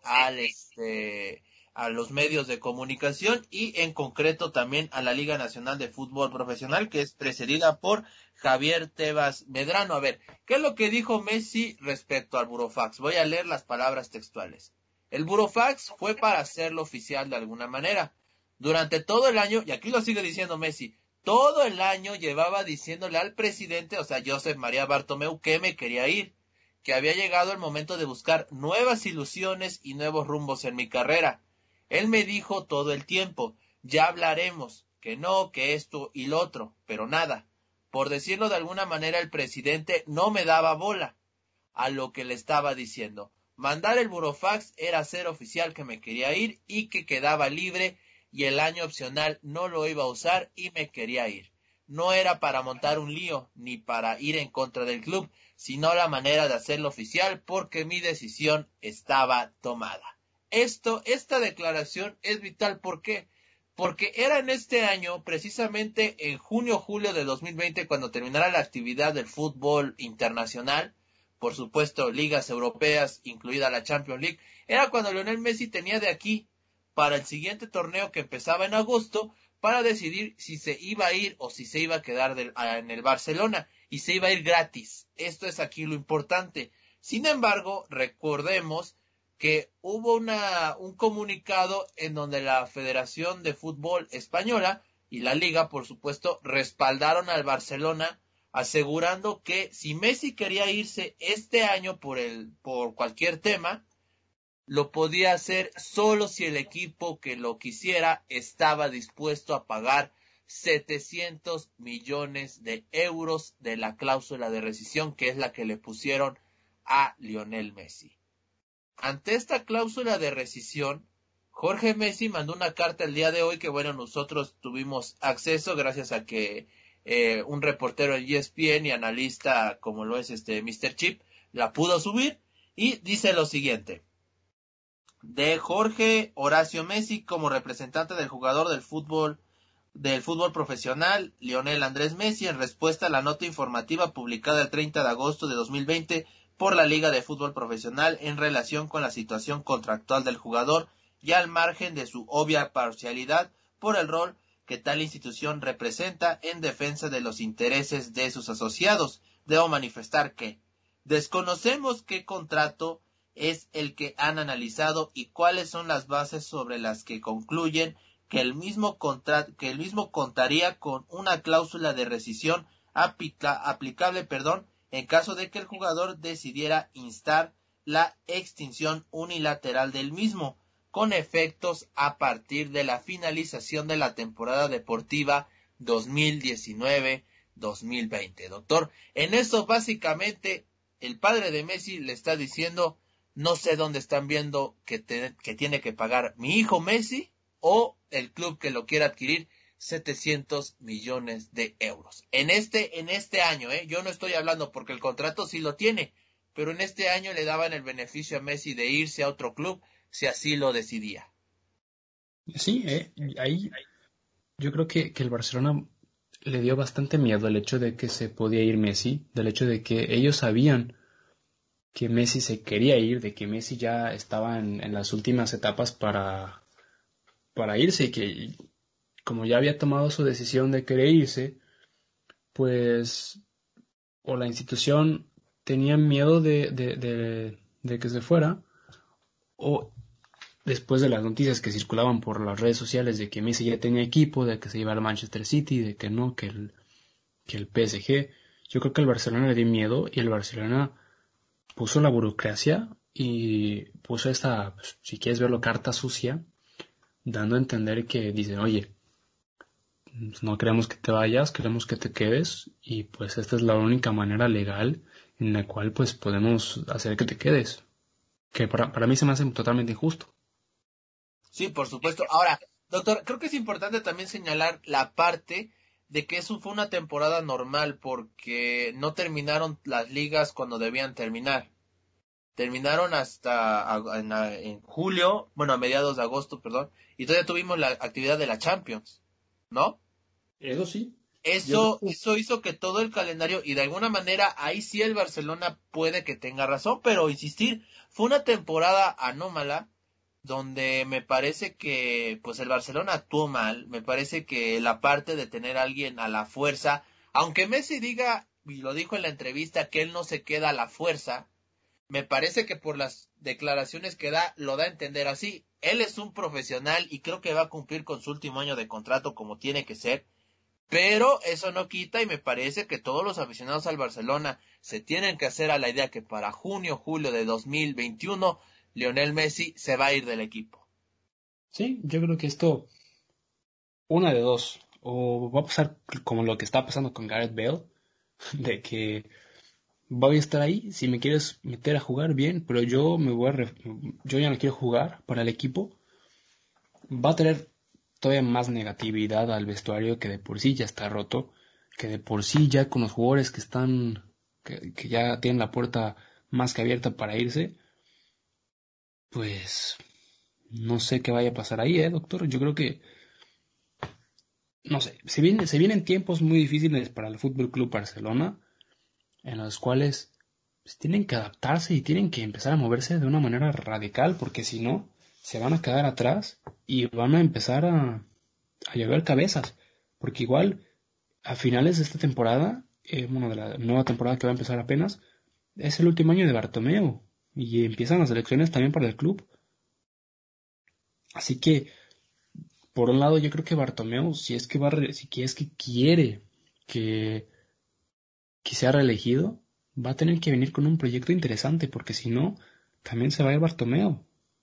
a los medios de comunicación y en concreto también a la Liga Nacional de Fútbol Profesional, que es presidida por Javier Tebas Medrano. A ver, ¿qué es lo que dijo Messi respecto al burofax? Voy a leer las palabras textuales. El burofax fue para hacerlo oficial de alguna manera. Durante todo el año, y aquí lo sigue diciendo Messi, todo el año llevaba diciéndole al presidente, o sea, Josep María Bartomeu, que me quería ir, que había llegado el momento de buscar nuevas ilusiones y nuevos rumbos en mi carrera. Él me dijo todo el tiempo, ya hablaremos, que no, que esto y lo otro, pero nada. Por decirlo de alguna manera, el presidente no me daba bola a lo que le estaba diciendo. Mandar el burofax era hacer oficial que me quería ir y que quedaba libre y el año opcional no lo iba a usar y me quería ir. No era para montar un lío ni para ir en contra del club, sino la manera de hacerlo oficial porque mi decisión estaba tomada. Esta declaración es vital. ¿Por qué? Porque era en este año, precisamente en junio-julio de 2020, cuando terminara la actividad del fútbol internacional, por supuesto ligas europeas, incluida la Champions League, era cuando Lionel Messi tenía de aquí para el siguiente torneo que empezaba en agosto para decidir si se iba a ir o si se iba a quedar en el Barcelona, y se iba a ir gratis. Esto es aquí lo importante. Sin embargo, recordemos que hubo un comunicado en donde la Federación de Fútbol Española y la Liga, por supuesto, respaldaron al Barcelona, asegurando que si Messi quería irse este año por cualquier tema, lo podía hacer solo si el equipo que lo quisiera estaba dispuesto a pagar 700 millones de euros de la cláusula de rescisión, que es la que le pusieron a Lionel Messi. Ante esta cláusula de rescisión, Jorge Messi mandó una carta el día de hoy que, bueno, nosotros tuvimos acceso gracias a que un reportero de ESPN y analista como lo es Mr. Chip la pudo subir, y dice lo siguiente: de Jorge Horacio Messi como representante del jugador del fútbol profesional Lionel Andrés Messi, en respuesta a la nota informativa publicada el 30 de agosto de 2020 por la Liga de Fútbol Profesional en relación con la situación contractual del jugador y al margen de su obvia parcialidad por el rol que tal institución representa en defensa de los intereses de sus asociados, debo manifestar que desconocemos qué contrato es el que han analizado y cuáles son las bases sobre las que concluyen que el mismo contaría con una cláusula de rescisión aplicable, en caso de que el jugador decidiera instar la extinción unilateral del mismo, con efectos a partir de la finalización de la temporada deportiva 2019-2020. Doctor, en eso básicamente el padre de Messi le está diciendo: no sé dónde están viendo que tiene que pagar mi hijo Messi o el club que lo quiera adquirir 700 millones de euros. En este año, yo no estoy hablando porque el contrato sí lo tiene, pero en este año le daban el beneficio a Messi de irse a otro club si así lo decidía. Sí, ahí yo creo que el Barcelona le dio bastante miedo el hecho de que se podía ir Messi, del hecho de que ellos sabían que Messi se quería ir, de que Messi ya estaba en las últimas etapas para irse y que como ya había tomado su decisión de querer irse, pues o la institución tenía miedo de que se fuera, o después de las noticias que circulaban por las redes sociales de que Messi ya tenía equipo, de que se iba al Manchester City, de que no, que el PSG, yo creo que el Barcelona le dio miedo y el Barcelona puso la burocracia y puso esta, pues, si quieres verlo, carta sucia, dando a entender que dicen: oye, no queremos que te vayas, queremos que te quedes, y pues esta es la única manera legal en la cual pues podemos hacer que te quedes, que para mí se me hace totalmente injusto. Sí, por supuesto. Ahora, doctor, creo que es importante también señalar la parte de que eso fue una temporada normal porque no terminaron las ligas cuando debían terminar. Terminaron hasta en julio, bueno, a mediados de agosto, perdón, y todavía tuvimos la actividad de la Champions, ¿no? Eso sí. Eso hizo que todo el calendario, y de alguna manera ahí sí el Barcelona puede que tenga razón, pero insistir, fue una temporada anómala donde me parece que pues el Barcelona actuó mal. Me parece que la parte de tener a alguien a la fuerza, aunque Messi diga, y lo dijo en la entrevista, que él no se queda a la fuerza, me parece que por las declaraciones que da, lo da a entender así. Él es un profesional y creo que va a cumplir con su último año de contrato como tiene que ser, pero eso no quita, y me parece que todos los aficionados al Barcelona se tienen que hacer a la idea que para junio, julio de 2021, Lionel Messi se va a ir del equipo. Sí, yo creo que esto, una de dos, o va a pasar como lo que está pasando con Gareth Bale, de que voy a estar ahí, si me quieres meter a jugar bien, pero yo ya no quiero jugar para el equipo. Va a tener todavía más negatividad al vestuario, que de por sí ya está roto, que de por sí ya con los jugadores que ya tienen la puerta más que abierta para irse, pues no sé qué vaya a pasar ahí, doctor. Yo creo que, no sé, se vienen tiempos muy difíciles para el Fútbol Club Barcelona, en los cuales pues, tienen que adaptarse y tienen que empezar a moverse de una manera radical, porque si no, se van a quedar atrás y van a empezar a llover cabezas, porque igual a finales de esta temporada, bueno, de la nueva temporada que va a empezar apenas, es el último año de Bartomeu y empiezan las elecciones también para el club. Así que, por un lado, yo creo que Bartomeu, si es que quiere que, que sea reelegido, va a tener que venir con un proyecto interesante, porque si no, también se va a ir Bartomeu.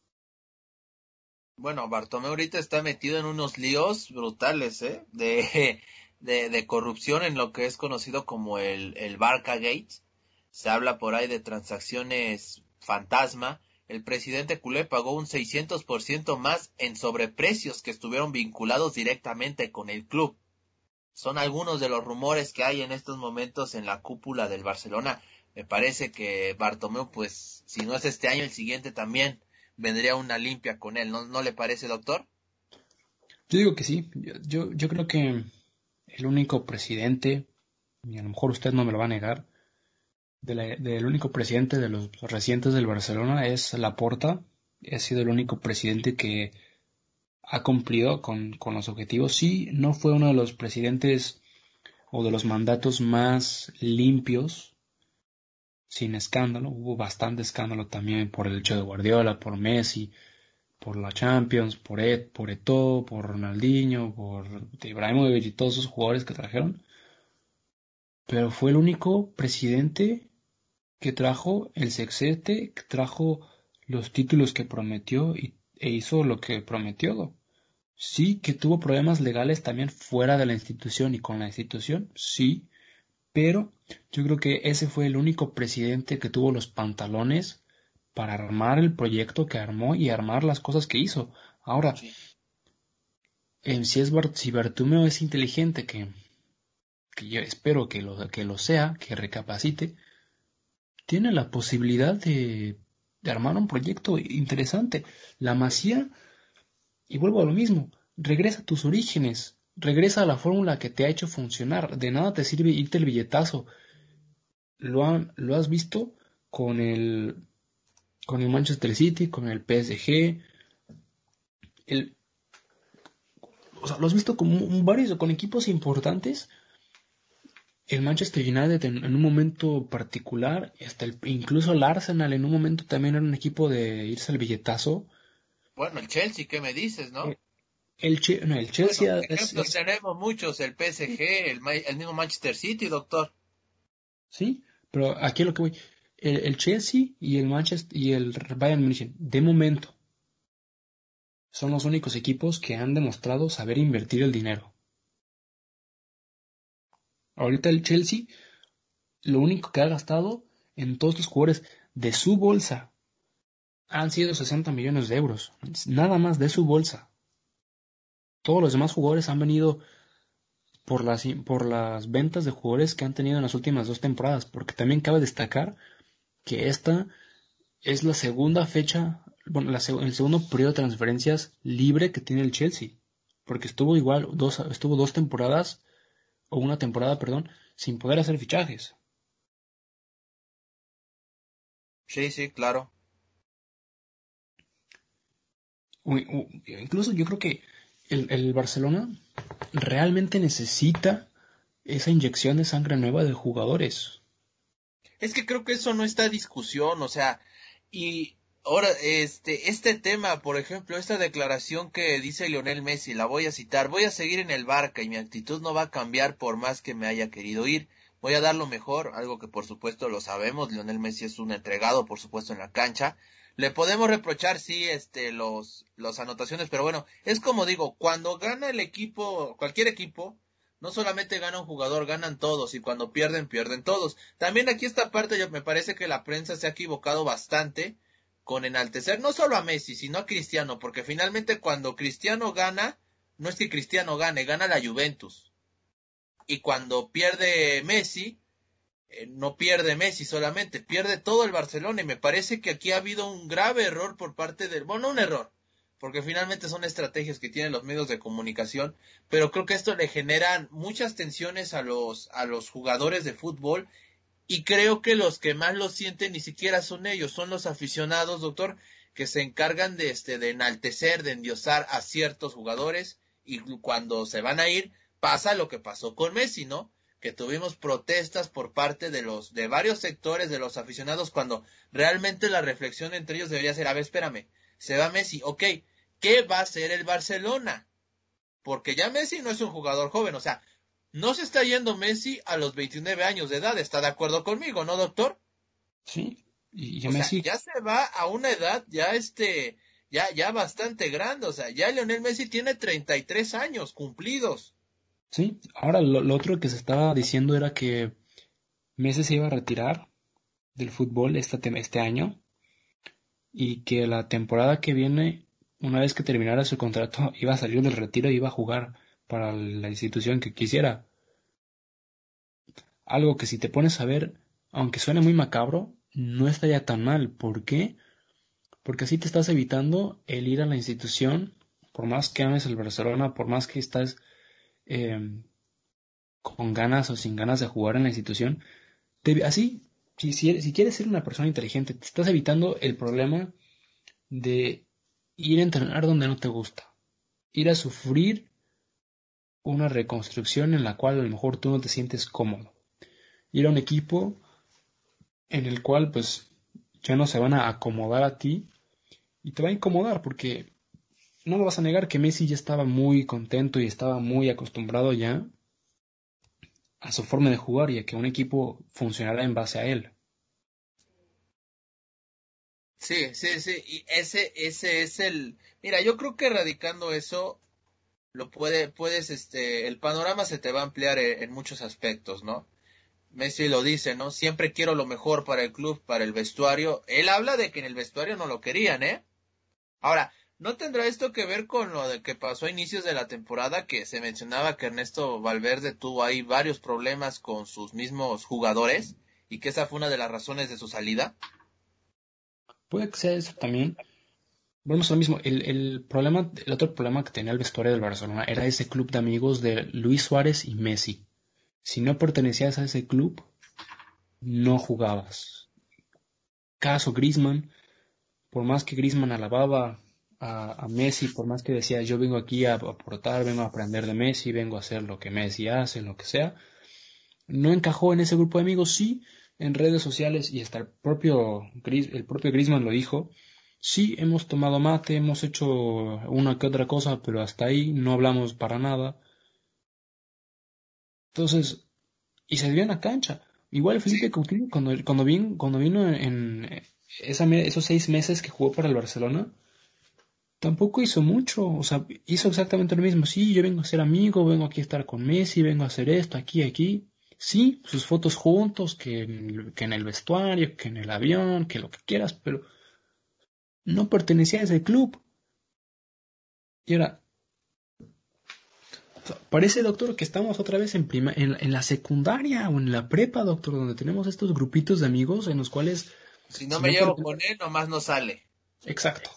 Bueno, Bartomeu ahorita está metido en unos líos brutales, de corrupción en lo que es conocido como el Barca Gate. Se habla por ahí de transacciones fantasma. El presidente culé pagó un 600% más en sobreprecios que estuvieron vinculados directamente con el club. Son algunos de los rumores que hay en estos momentos en la cúpula del Barcelona. Me parece que Bartomeu, pues, si no es este año, el siguiente también vendría una limpia con él. ¿No le parece, doctor? Yo digo que sí. Yo creo que el único presidente, y a lo mejor usted no me lo va a negar, del único presidente de los recientes del Barcelona es Laporta. Ha sido el único presidente que ha cumplido con los objetivos. Sí, no fue uno de los presidentes o de los mandatos más limpios, sin escándalo. Hubo bastante escándalo también por el hecho de Guardiola, por Messi, por la Champions, por Eto'o, por Ronaldinho, por Ibrahimovic y todos esos jugadores que trajeron. Pero fue el único presidente que trajo el sextete, que trajo los títulos que prometió e hizo lo que prometió. Sí, que tuvo problemas legales también fuera de la institución y con la institución, sí, pero yo creo que ese fue el único presidente que tuvo los pantalones para armar el proyecto que armó y armar las cosas que hizo. Ahora, Sí. si Bartomeu es inteligente, que yo espero que lo sea, que recapacite, tiene la posibilidad de armar un proyecto interesante. La Masía, y vuelvo a lo mismo, regresa a tus orígenes, regresa a la fórmula que te ha hecho funcionar. De nada te sirve irte el billetazo. Lo has visto con con el Manchester City, con el PSG, el, o sea, lo has visto con varios, con equipos importantes. El Manchester United en un momento particular, incluso el Arsenal en un momento también era un equipo de irse al billetazo. Bueno, el Chelsea, ¿qué me dices, Eh, no? no, el Bueno, Chelsea ejemplos tenemos muchos, el PSG, el mismo Manchester City, doctor. sí, pero aquí es lo que voy. El Chelsea y el Manchester y el Bayern München, de momento, son los únicos equipos que han demostrado saber invertir el dinero. Ahorita el Chelsea, lo único que ha gastado en todos los jugadores de su bolsa han sido 60 millones de euros, nada más de su bolsa. Todos los demás jugadores han venido por las ventas de jugadores que han tenido en las últimas 2 temporadas, porque también cabe destacar que esta es la segunda fecha, bueno, el segundo periodo de transferencias libre que tiene el Chelsea, porque estuvo 2 temporadas, o una temporada, perdón, sin poder hacer fichajes. Sí, sí, claro. Incluso yo creo que el Barcelona realmente necesita esa inyección de sangre nueva de jugadores. Es que creo que eso no está a discusión, o sea, y ahora, este tema, por ejemplo, esta declaración que dice Lionel Messi, la voy a citar: voy a seguir en el Barca y mi actitud no va a cambiar por más que me haya querido ir, voy a dar lo mejor, algo que por supuesto lo sabemos. Lionel Messi es un entregado, por supuesto, en la cancha. Le podemos reprochar, sí, los anotaciones, pero bueno, es como digo, cuando gana el equipo, cualquier equipo, no solamente gana un jugador, ganan todos, y cuando pierden, pierden todos. También aquí esta parte me parece que la prensa se ha equivocado bastante con enaltecer no solo a Messi, sino a Cristiano, porque finalmente cuando Cristiano gana, no es que Cristiano gane, gana la Juventus. Y cuando pierde Messi, no pierde Messi solamente, pierde todo el Barcelona, y me parece que aquí ha habido un grave error por parte del, bueno, un error, porque finalmente son estrategias que tienen los medios de comunicación, pero creo que esto le generan muchas tensiones a los jugadores de fútbol, y creo que los que más lo sienten ni siquiera son ellos, son los aficionados, doctor, que se encargan de enaltecer, de endiosar a ciertos jugadores, y cuando se van a ir, pasa lo que pasó con Messi, ¿no? Que tuvimos protestas por parte de varios sectores de los aficionados, cuando realmente la reflexión entre ellos debería ser: a ver, espérame, se va Messi, ok, ¿qué va a hacer el Barcelona? Porque ya Messi no es un jugador joven, o sea, no se está yendo Messi a los 29 años de edad, ¿está de acuerdo conmigo, no, doctor? Sí, y a O sea, Messi, ya se va a una edad ya bastante grande, o sea, ya Lionel Messi tiene 33 años cumplidos. sí. Ahora lo otro que se estaba diciendo era que Messi se iba a retirar del fútbol este año y que la temporada que viene, una vez que terminara su contrato, iba a salir del retiro y iba a jugar para la institución que quisiera. Algo que si te pones a ver, aunque suene muy macabro, no estaría tan mal. ¿Por qué? Porque así te estás evitando el ir a la institución, por más que ames el Barcelona, por más que estás eh, con ganas o sin ganas de jugar en la institución. Así, si quieres ser una persona inteligente, te estás evitando el problema de ir a entrenar donde no te gusta, ir a sufrir una reconstrucción en la cual a lo mejor tú no te sientes cómodo, ir a un equipo en el cual pues ya no se van a acomodar a ti y te va a incomodar porque no me vas a negar que Messi ya estaba muy contento y estaba muy acostumbrado ya a su forma de jugar y a que un equipo funcionara en base a él. Sí, sí, sí, y ese es el, mira, yo creo que erradicando eso, puedes, el panorama se te va a ampliar en muchos aspectos, ¿no? Messi lo dice, ¿no? Siempre quiero lo mejor para el club, para el vestuario. Él habla de que en el vestuario no lo querían, ¿eh? Ahora, ¿no tendrá esto que ver con lo de que pasó a inicios de la temporada, que se mencionaba que Ernesto Valverde tuvo ahí varios problemas con sus mismos jugadores y que esa fue una de las razones de su salida? Puede que sea eso también. Vamos a lo mismo. El otro problema que tenía el vestuario del Barcelona era ese club de amigos de Luis Suárez y Messi. Si no pertenecías a ese club, no jugabas. Caso Griezmann, por más que Griezmann alababa a Messi, por más que decía yo vengo aquí a aportar, vengo a aprender de Messi, vengo a hacer lo que Messi hace, lo que sea, no encajó en ese grupo de amigos, sí, en redes sociales y hasta el propio Griezmann lo dijo, sí, hemos tomado mate, hemos hecho una que otra cosa, pero hasta ahí no hablamos para nada. Entonces, y se dio en la cancha. Igual Felipe Coutinho, cuando vino esos 6 meses que jugó para el Barcelona, tampoco hizo mucho. O sea, hizo exactamente lo mismo. Sí, yo vengo a ser amigo, vengo aquí a estar con Messi, vengo a hacer esto, aquí, aquí. Sí, sus fotos juntos, que en el vestuario, que en el avión, que lo que quieras, pero no pertenecía a ese club. Y ahora, o sea, parece, doctor, que estamos otra vez en la secundaria o en la prepa, doctor, donde tenemos estos grupitos de amigos en los cuales, Si no si me no llevo pertenecen... con él, nomás no sale. Exacto.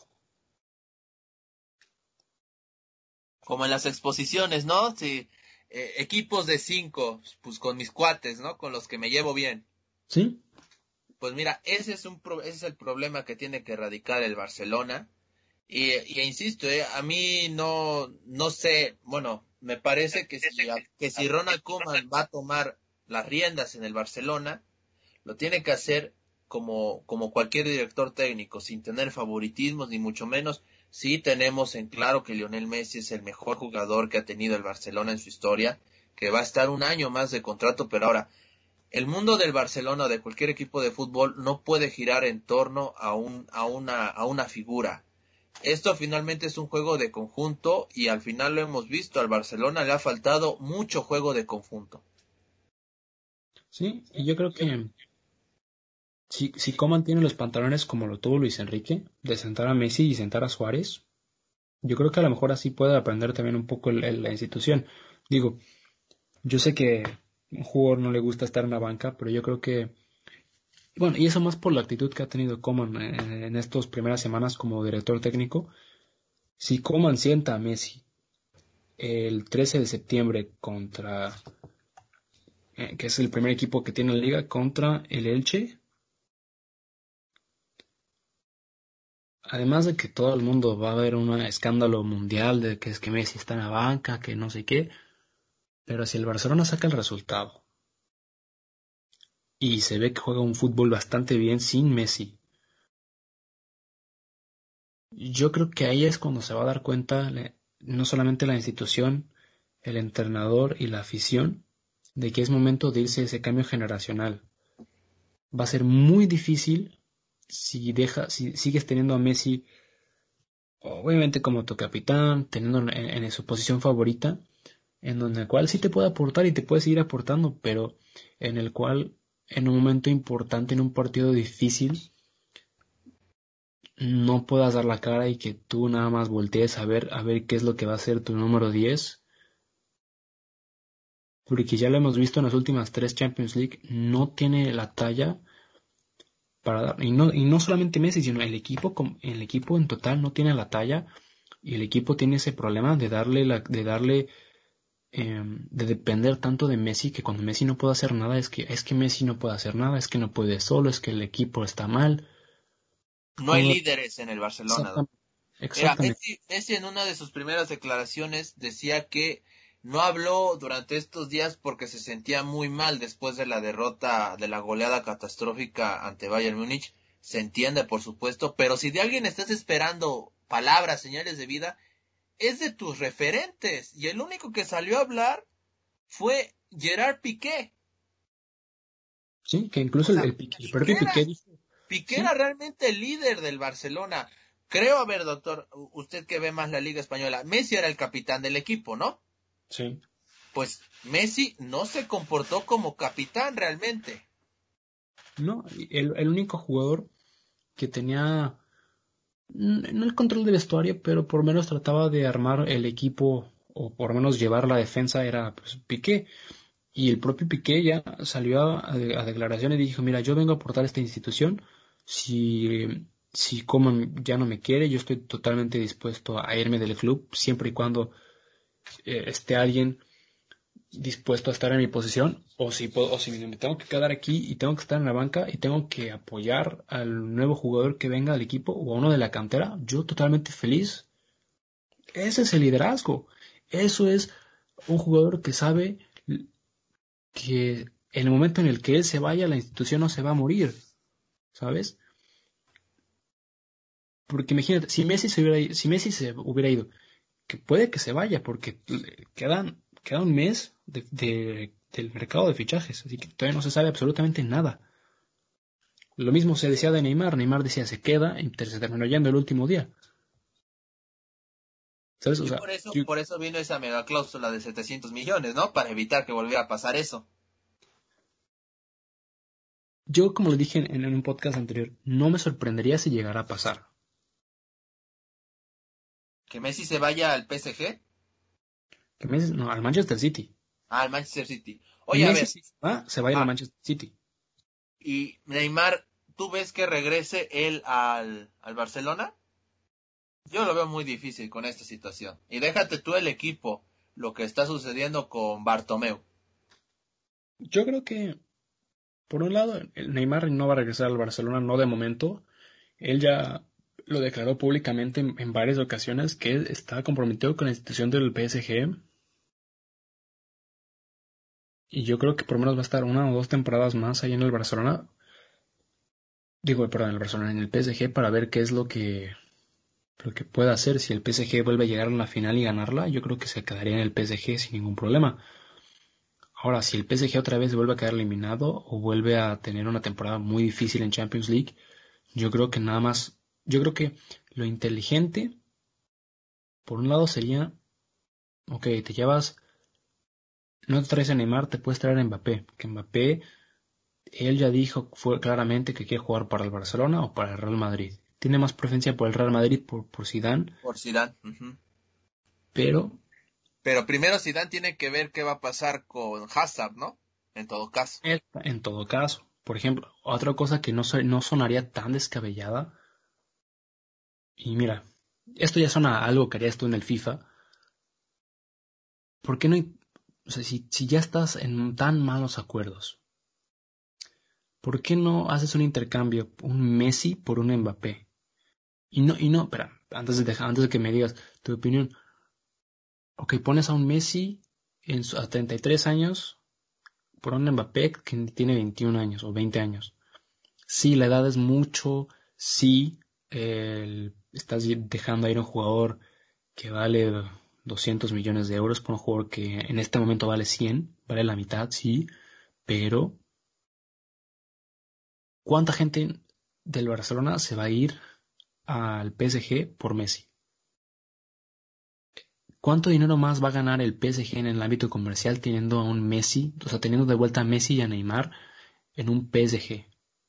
Como en las exposiciones, ¿no? Si, equipos de 5, pues con mis cuates, ¿no? Con los que me llevo bien. ¿Sí? Pues mira, ese es el problema que tiene que erradicar el Barcelona. Insisto, a mí no sé, bueno, me parece que si Ronald Koeman va a tomar las riendas en el Barcelona, lo tiene que hacer como cualquier director técnico, sin tener favoritismos ni mucho menos. Sí tenemos en claro que Lionel Messi es el mejor jugador que ha tenido el Barcelona en su historia, que va a estar un año más de contrato, pero ahora el mundo del Barcelona o de cualquier equipo de fútbol no puede girar en torno a una figura. Esto finalmente es un juego de conjunto y al final lo hemos visto, al Barcelona le ha faltado mucho juego de conjunto. Sí, y yo creo que si Coman tiene los pantalones como lo tuvo Luis Enrique, de sentar a Messi y sentar a Suárez, yo creo que a lo mejor así puede aprender también un poco la institución. Digo, yo sé que a un jugador no le gusta estar en la banca, pero yo creo que, bueno, y eso más por la actitud que ha tenido Coman en estas primeras semanas como director técnico. Si Coman sienta a Messi el 13 de septiembre que es el primer equipo que tiene la liga, contra el Elche, además de que todo el mundo va a ver un escándalo mundial de que es que Messi está en la banca, que no sé qué, pero si el Barcelona saca el resultado y se ve que juega un fútbol bastante bien sin Messi, yo creo que ahí es cuando se va a dar cuenta no solamente la institución, el entrenador y la afición, de que es momento de irse a ese cambio generacional. Va a ser muy difícil si sigues teniendo a Messi, obviamente como tu capitán, teniendo en su posición favorita, en el cual sí te puede aportar y te puede seguir aportando, pero en el cual en un momento importante, en un partido difícil, no puedas dar la cara y que tú nada más voltees a ver qué es lo que va a ser tu número 10, porque ya lo hemos visto en las últimas 3 Champions League, no tiene la talla para dar, y no solamente Messi, sino el equipo en total no tiene la talla, y el equipo tiene ese problema de depender tanto de Messi, que cuando Messi no puede hacer nada es que Messi no puede hacer nada, es que no puede solo, es que el equipo está mal. No hay Cuando líderes en el Barcelona. exactamente, Mira, exactamente. Messi en una de sus primeras declaraciones decía que no habló durante estos días porque se sentía muy mal después de la derrota, de la goleada catastrófica ante Bayern Múnich. Se entiende, por supuesto, pero si de alguien estás esperando palabras, señales de vida, es de tus referentes. Y el único que salió a hablar fue Gerard Piqué. Sí, que incluso O sea, el propio Piqué dijo, Piqué sí, era realmente el líder del Barcelona. Creo, a ver, doctor, usted que ve más la Liga Española, Messi era el capitán del equipo, ¿no? sí. Pues Messi no se comportó como capitán realmente. No, el único jugador que tenía, no el control del vestuario, pero por lo menos trataba de armar el equipo o por lo menos llevar la defensa era pues, Piqué. Y el propio Piqué ya salió a declaraciones y dijo, mira, yo vengo a aportar a esta institución, si Koeman ya no me quiere, yo estoy totalmente dispuesto a irme del club, siempre y cuando esté alguien dispuesto a estar en mi posición, o si me tengo que quedar aquí y tengo que estar en la banca y tengo que apoyar al nuevo jugador que venga al equipo o a uno de la cantera, yo totalmente feliz. Ese es el liderazgo. Eso es un jugador que sabe que en el momento en el que él se vaya, la institución no se va a morir, ¿sabes? Porque imagínate, si Messi se hubiera ido, que puede que se vaya, porque queda un mes del mercado de fichajes, así que todavía no se sabe absolutamente nada. Lo mismo se decía de Neymar, Neymar decía se queda y se terminó yendo el último día, ¿sabes? O Y sea, por eso vino esa mega cláusula de 700 millones, ¿no? Para evitar que volviera a pasar eso. yo como le dije en un podcast anterior, no me sorprendería si llegara a pasar. Que Messi se vaya al PSG, No, al Manchester City. al Manchester City. Oye, a Messi ver, si se va a ir al Manchester City. y Neymar, ¿tú ves que regrese él al Barcelona? Yo lo veo muy difícil con esta situación. Y déjate tú el equipo, lo que está sucediendo con Bartomeu. Yo creo que, por un lado, el Neymar no va a regresar al Barcelona, no de momento. Él ya lo declaró públicamente en varias ocasiones que él está comprometido con la institución del PSG. Y yo creo que por lo menos va a estar una o dos temporadas más ahí en el Barcelona. Digo, perdón, en el Barcelona, en el PSG para ver qué es lo que pueda hacer. Si el PSG vuelve a llegar a la final y ganarla, yo creo que se quedaría en el PSG sin ningún problema. Ahora, si el PSG otra vez vuelve a quedar eliminado o vuelve a tener una temporada muy difícil en Champions League, yo creo que lo inteligente, por un lado, sería, ok, no te traes a Neymar, te puedes traer a Mbappé, que Mbappé, él ya dijo fue claramente que quiere jugar para el Barcelona o para el Real Madrid. Tiene más preferencia por el Real Madrid por Zidane, Por Zidane. Ujú. pero Pero primero Zidane tiene que ver qué va a pasar con Hazard, ¿no? En todo caso. en todo caso, por ejemplo, otra cosa que no sonaría tan descabellada, y mira, esto ya suena a algo que harías tú en el FIFA, ¿por qué no o sea, si ya estás en tan malos acuerdos, ¿por qué no haces un intercambio, un Messi por un Mbappé? Espera, antes de que me digas tu opinión, ok, pones a un Messi a 33 años por un Mbappé que tiene 21 años o 20 años. Sí, la edad es mucho, sí, estás dejando a ir a un jugador que vale 200 millones de euros por un jugador que en este momento vale 100, vale la mitad, sí, pero ¿cuánta gente del Barcelona se va a ir al PSG por Messi? ¿Cuánto dinero más va a ganar el PSG en el ámbito comercial teniendo a un Messi, o sea, teniendo de vuelta a Messi y a Neymar en un PSG?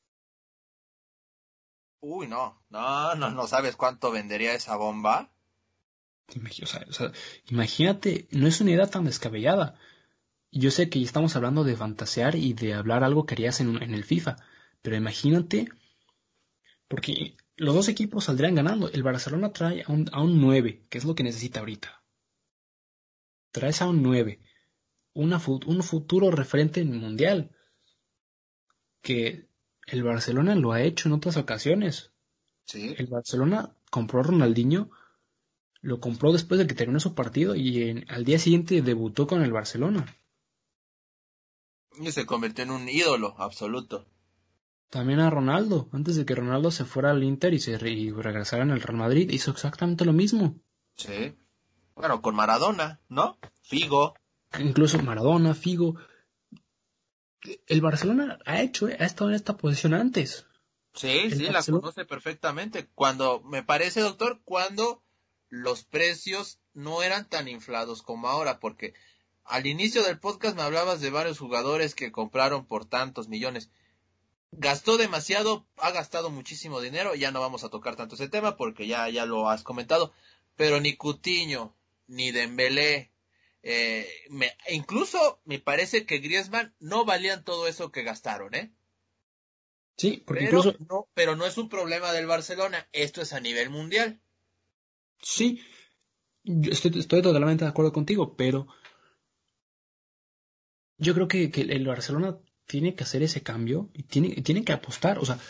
Uy, no sabes cuánto vendería esa bomba. O sea, imagínate, no es una idea tan descabellada. Yo sé que ya estamos hablando de fantasear y de hablar algo que harías en el FIFA, pero imagínate, porque los dos equipos saldrían ganando. El Barcelona trae a un 9, que es lo que necesita ahorita. Traes a un 9, un futuro referente mundial, que el Barcelona lo ha hecho en otras ocasiones. Sí. El Barcelona compró a Ronaldinho lo compró después de que terminó su partido y al día siguiente debutó con el Barcelona. Y se convirtió en un ídolo absoluto. También a Ronaldo, antes de que Ronaldo se fuera al Inter y regresara en el Real Madrid, hizo exactamente lo mismo. Sí. Bueno, con Maradona, ¿no? Figo. Incluso Maradona, Figo. El Barcelona ha estado en esta posición antes. Sí, El sí, la Barcelona, conoce perfectamente. Cuando, me parece, doctor, cuando los precios no eran tan inflados como ahora, porque al inicio del podcast me hablabas de varios jugadores que compraron por tantos millones. Gastó demasiado, ha gastado muchísimo dinero, ya no vamos a tocar tanto ese tema porque ya lo has comentado, pero ni Coutinho, ni Dembélé, incluso me parece que Griezmann no valían todo eso que gastaron, ¿eh? sí, porque incluso, Pero no es un problema del Barcelona, esto es a nivel mundial. sí, yo estoy totalmente de acuerdo contigo, pero yo creo que el Barcelona tiene que hacer ese cambio y tiene que apostar, o sea,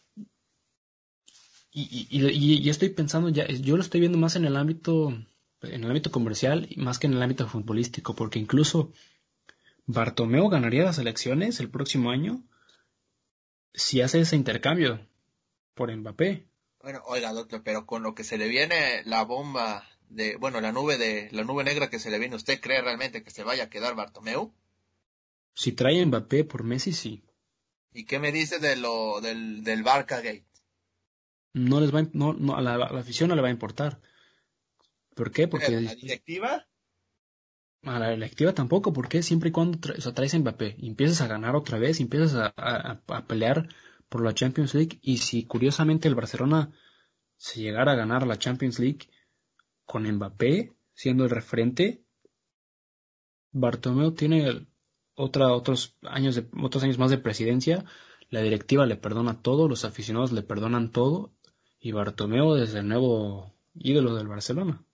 y estoy pensando ya, yo lo estoy viendo más en el ámbito comercial y más que en el ámbito futbolístico, porque incluso Bartomeu ganaría las elecciones el próximo año si hace ese intercambio por Mbappé. Bueno, oiga, doctor, pero con lo que se le viene la bomba de, bueno, la nube negra que se le viene, ¿usted cree realmente que se vaya a quedar Bartomeu? Si trae Mbappé por Messi, sí. ¿Y qué me dice del Barca Gate? No les va, no, a la afición no le va a importar. ¿Por qué? Porque ¿Pero la directiva? a la electiva tampoco, porque siempre y cuando o sea, traes a Mbappé y empiezas a ganar otra vez, y empiezas a pelear por la Champions League, y si curiosamente el Barcelona se llegara a ganar la Champions League con Mbappé siendo el referente, Bartomeu tiene otros años más de presidencia, la directiva le perdona todo, los aficionados le perdonan todo, y Bartomeu es el nuevo ídolo del Barcelona.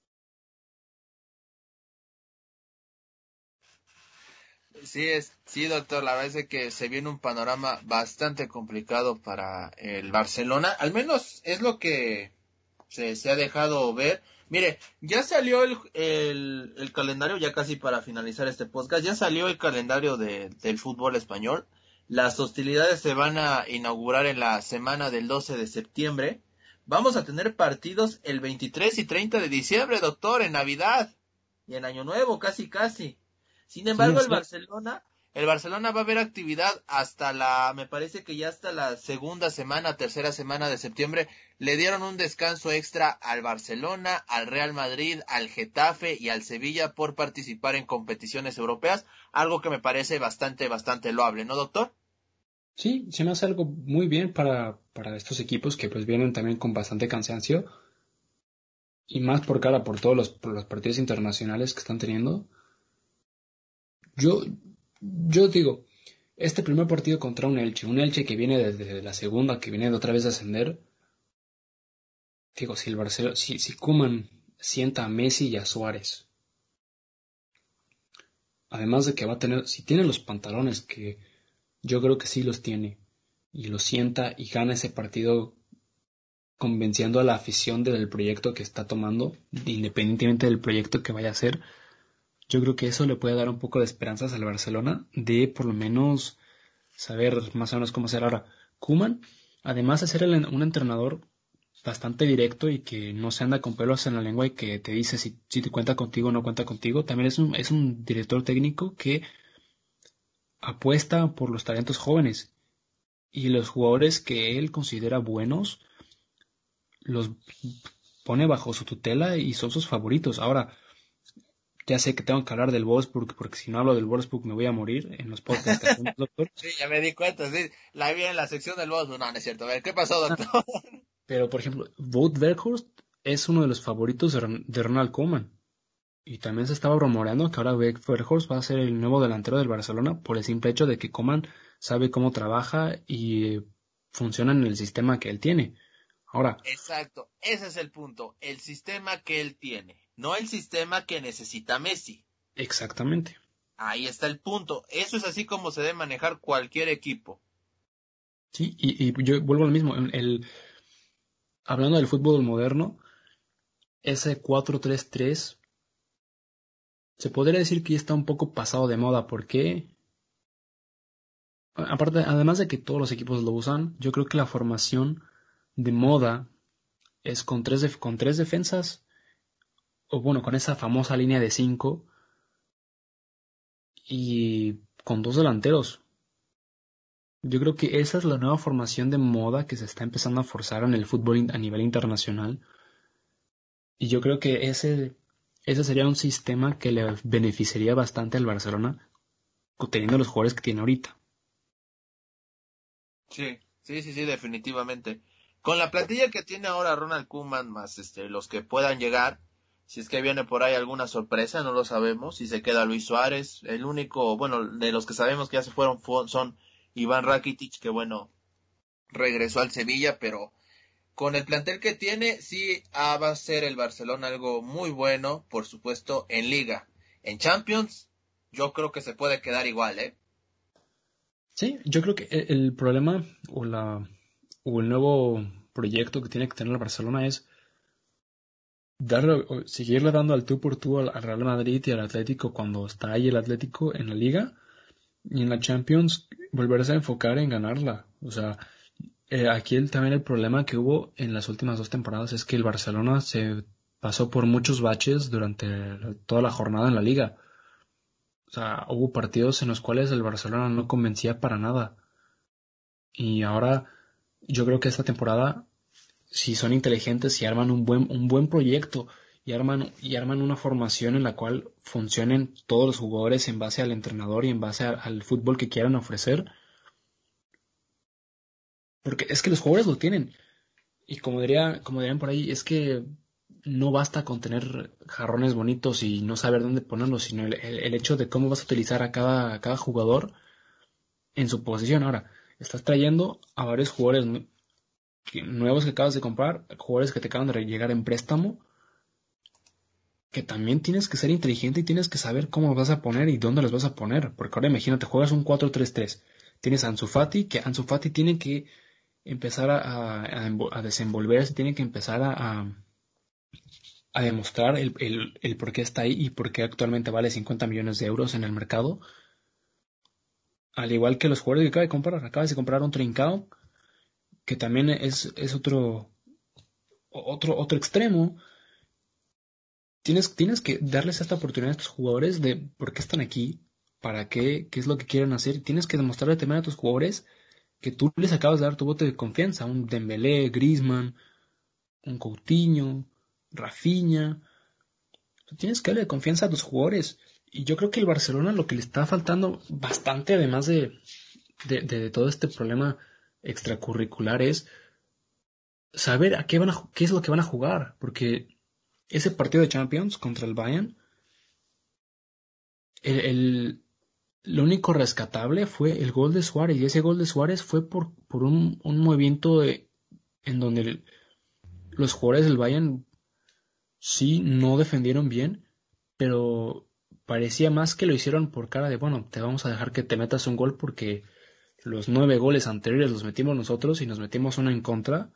Sí, doctor, la verdad es que se viene un panorama bastante complicado para el Barcelona, al menos es lo que se ha dejado ver. Mire, ya salió el calendario, ya casi para finalizar este podcast, ya salió el calendario del fútbol español. Las hostilidades se van a inaugurar en la semana del 12 de septiembre. Vamos a tener partidos el 23 y 30 de diciembre, doctor, en Navidad y en Año Nuevo, casi casi. Sin Sí, embargo, así es. el Barcelona va a haber actividad me parece que ya hasta la segunda semana, tercera semana de septiembre. Le dieron un descanso extra al Barcelona, al Real Madrid, al Getafe y al Sevilla por participar en competiciones europeas, algo que me parece bastante loable, ¿no, doctor? Sí, se me hace algo muy bien para estos equipos que pues vienen también con bastante cansancio y más por todos por los partidos internacionales que están teniendo. Yo, yo digo, este primer partido contra un Elche que viene desde la segunda, que viene de otra vez a ascender, digo, si el Barcelona, si Koeman sienta a Messi y a Suárez, además de que va a tener, si tiene los pantalones, que yo creo que sí los tiene, y lo sienta y gana ese partido convenciendo a la afición del proyecto que está tomando, independientemente del proyecto que vaya a hacer, yo creo que eso le puede dar un poco de esperanzas al Barcelona de por lo menos saber más o menos cómo ser ahora. Koeman, además de ser un entrenador bastante directo y que no se anda con pelos en la lengua y que te dice si te cuenta contigo o no cuenta contigo, también es un director técnico que apuesta por los talentos jóvenes y los jugadores que él considera buenos los pone bajo su tutela y son sus favoritos. Ahora, ya sé que tengo que hablar del Wolfsburg porque si no hablo del Wolfsburg me voy a morir en los podcasts que hacemos, doctor. Sí, ya me di cuenta, sí, la vi en la sección del boss, no, no es cierto, a ver, ¿qué pasó, doctor? Pero, por ejemplo, Wout Weghorst es uno de los favoritos de Ronald Koeman. Y también se estaba rumoreando que ahora Weghorst va a ser el nuevo delantero del Barcelona por el simple hecho de que Koeman sabe cómo trabaja y funciona en el sistema que él tiene. Ahora, Exacto, ese es el punto, el sistema que él tiene, no el sistema que necesita Messi. exactamente. Ahí está el punto, eso es así como se debe manejar cualquier equipo. Sí, y yo vuelvo al mismo. Hablando del fútbol moderno, ese 4-3-3 se podría decir que ya está un poco pasado de moda. ¿Por qué? Aparte, además de que todos los equipos lo usan, yo creo que la formación de moda es con tres defensas, o bueno, con esa famosa línea de 5 y con dos delanteros. Yo creo que esa es la nueva formación de moda que se está empezando a forzar en el fútbol a nivel internacional. Y yo creo que ese sería un sistema que le beneficiaría bastante al Barcelona, teniendo los jugadores que tiene ahorita. Sí, sí, definitivamente. Con la plantilla que tiene ahora Ronald Koeman, más los que puedan llegar, si es que viene por ahí alguna sorpresa, no lo sabemos. Si se queda Luis Suárez, el único, bueno, de los que sabemos que ya se fueron son Iván Rakitic, que bueno, regresó al Sevilla, pero con el plantel que tiene, sí va a ser el Barcelona algo muy bueno, por supuesto, en Liga. En Champions, yo creo que se puede quedar igual, ¿eh? Sí, yo creo que el problema o el nuevo proyecto que tiene que tener el Barcelona es seguirle dando al tú por tú al Real Madrid y al Atlético cuando está ahí el Atlético en la Liga, y en la Champions volverse a enfocar en ganarla. O sea, aquí también el problema que hubo en las últimas 2 temporadas es que el Barcelona se pasó por muchos baches durante toda la jornada en la Liga. O sea, hubo partidos en los cuales el Barcelona no convencía para nada. Y ahora yo creo que esta temporada, si son inteligentes y arman un buen proyecto y arman una formación en la cual funcionen todos los jugadores en base al entrenador y en base al fútbol que quieran ofrecer, porque es que los jugadores lo tienen. Y como dirían por ahí, es que no basta con tener jarrones bonitos y no saber dónde ponerlos, sino el hecho de cómo vas a utilizar a cada jugador en su posición. Ahora, estás trayendo a varios jugadores nuevos que acabas de comprar, jugadores que te acaban de llegar en préstamo, que también tienes que ser inteligente y tienes que saber cómo los vas a poner y dónde los vas a poner. Porque ahora imagínate, juegas un 4-3-3. Tienes a Ansu Fati, que Ansu Fati tiene que empezar a desenvolverse, tiene que empezar a demostrar el por qué está ahí y por qué actualmente vale 50 millones de euros en el mercado. Al igual que los jugadores que acabas de comprar un Trincao, que también es otro extremo. Tienes que darles esta oportunidad a estos jugadores de por qué están aquí, para qué es lo que quieren hacer. Tienes que demostrarle también a tus jugadores que tú les acabas de dar tu voto de confianza. Un Dembélé, Griezmann, un Coutinho, Rafinha. Tú tienes que darle confianza a tus jugadores. Y yo creo que el Barcelona lo que le está faltando bastante, además de todo este problema extracurricular, es saber qué es lo que van a jugar. Porque ese partido de Champions contra el Bayern, lo único rescatable fue el gol de Suárez. Y ese gol de Suárez fue por un movimiento en donde los jugadores del Bayern sí no defendieron bien, pero parecía más que lo hicieron por cara de, bueno, te vamos a dejar que te metas un gol porque los 9 goles anteriores los metimos nosotros y nos metimos uno en contra.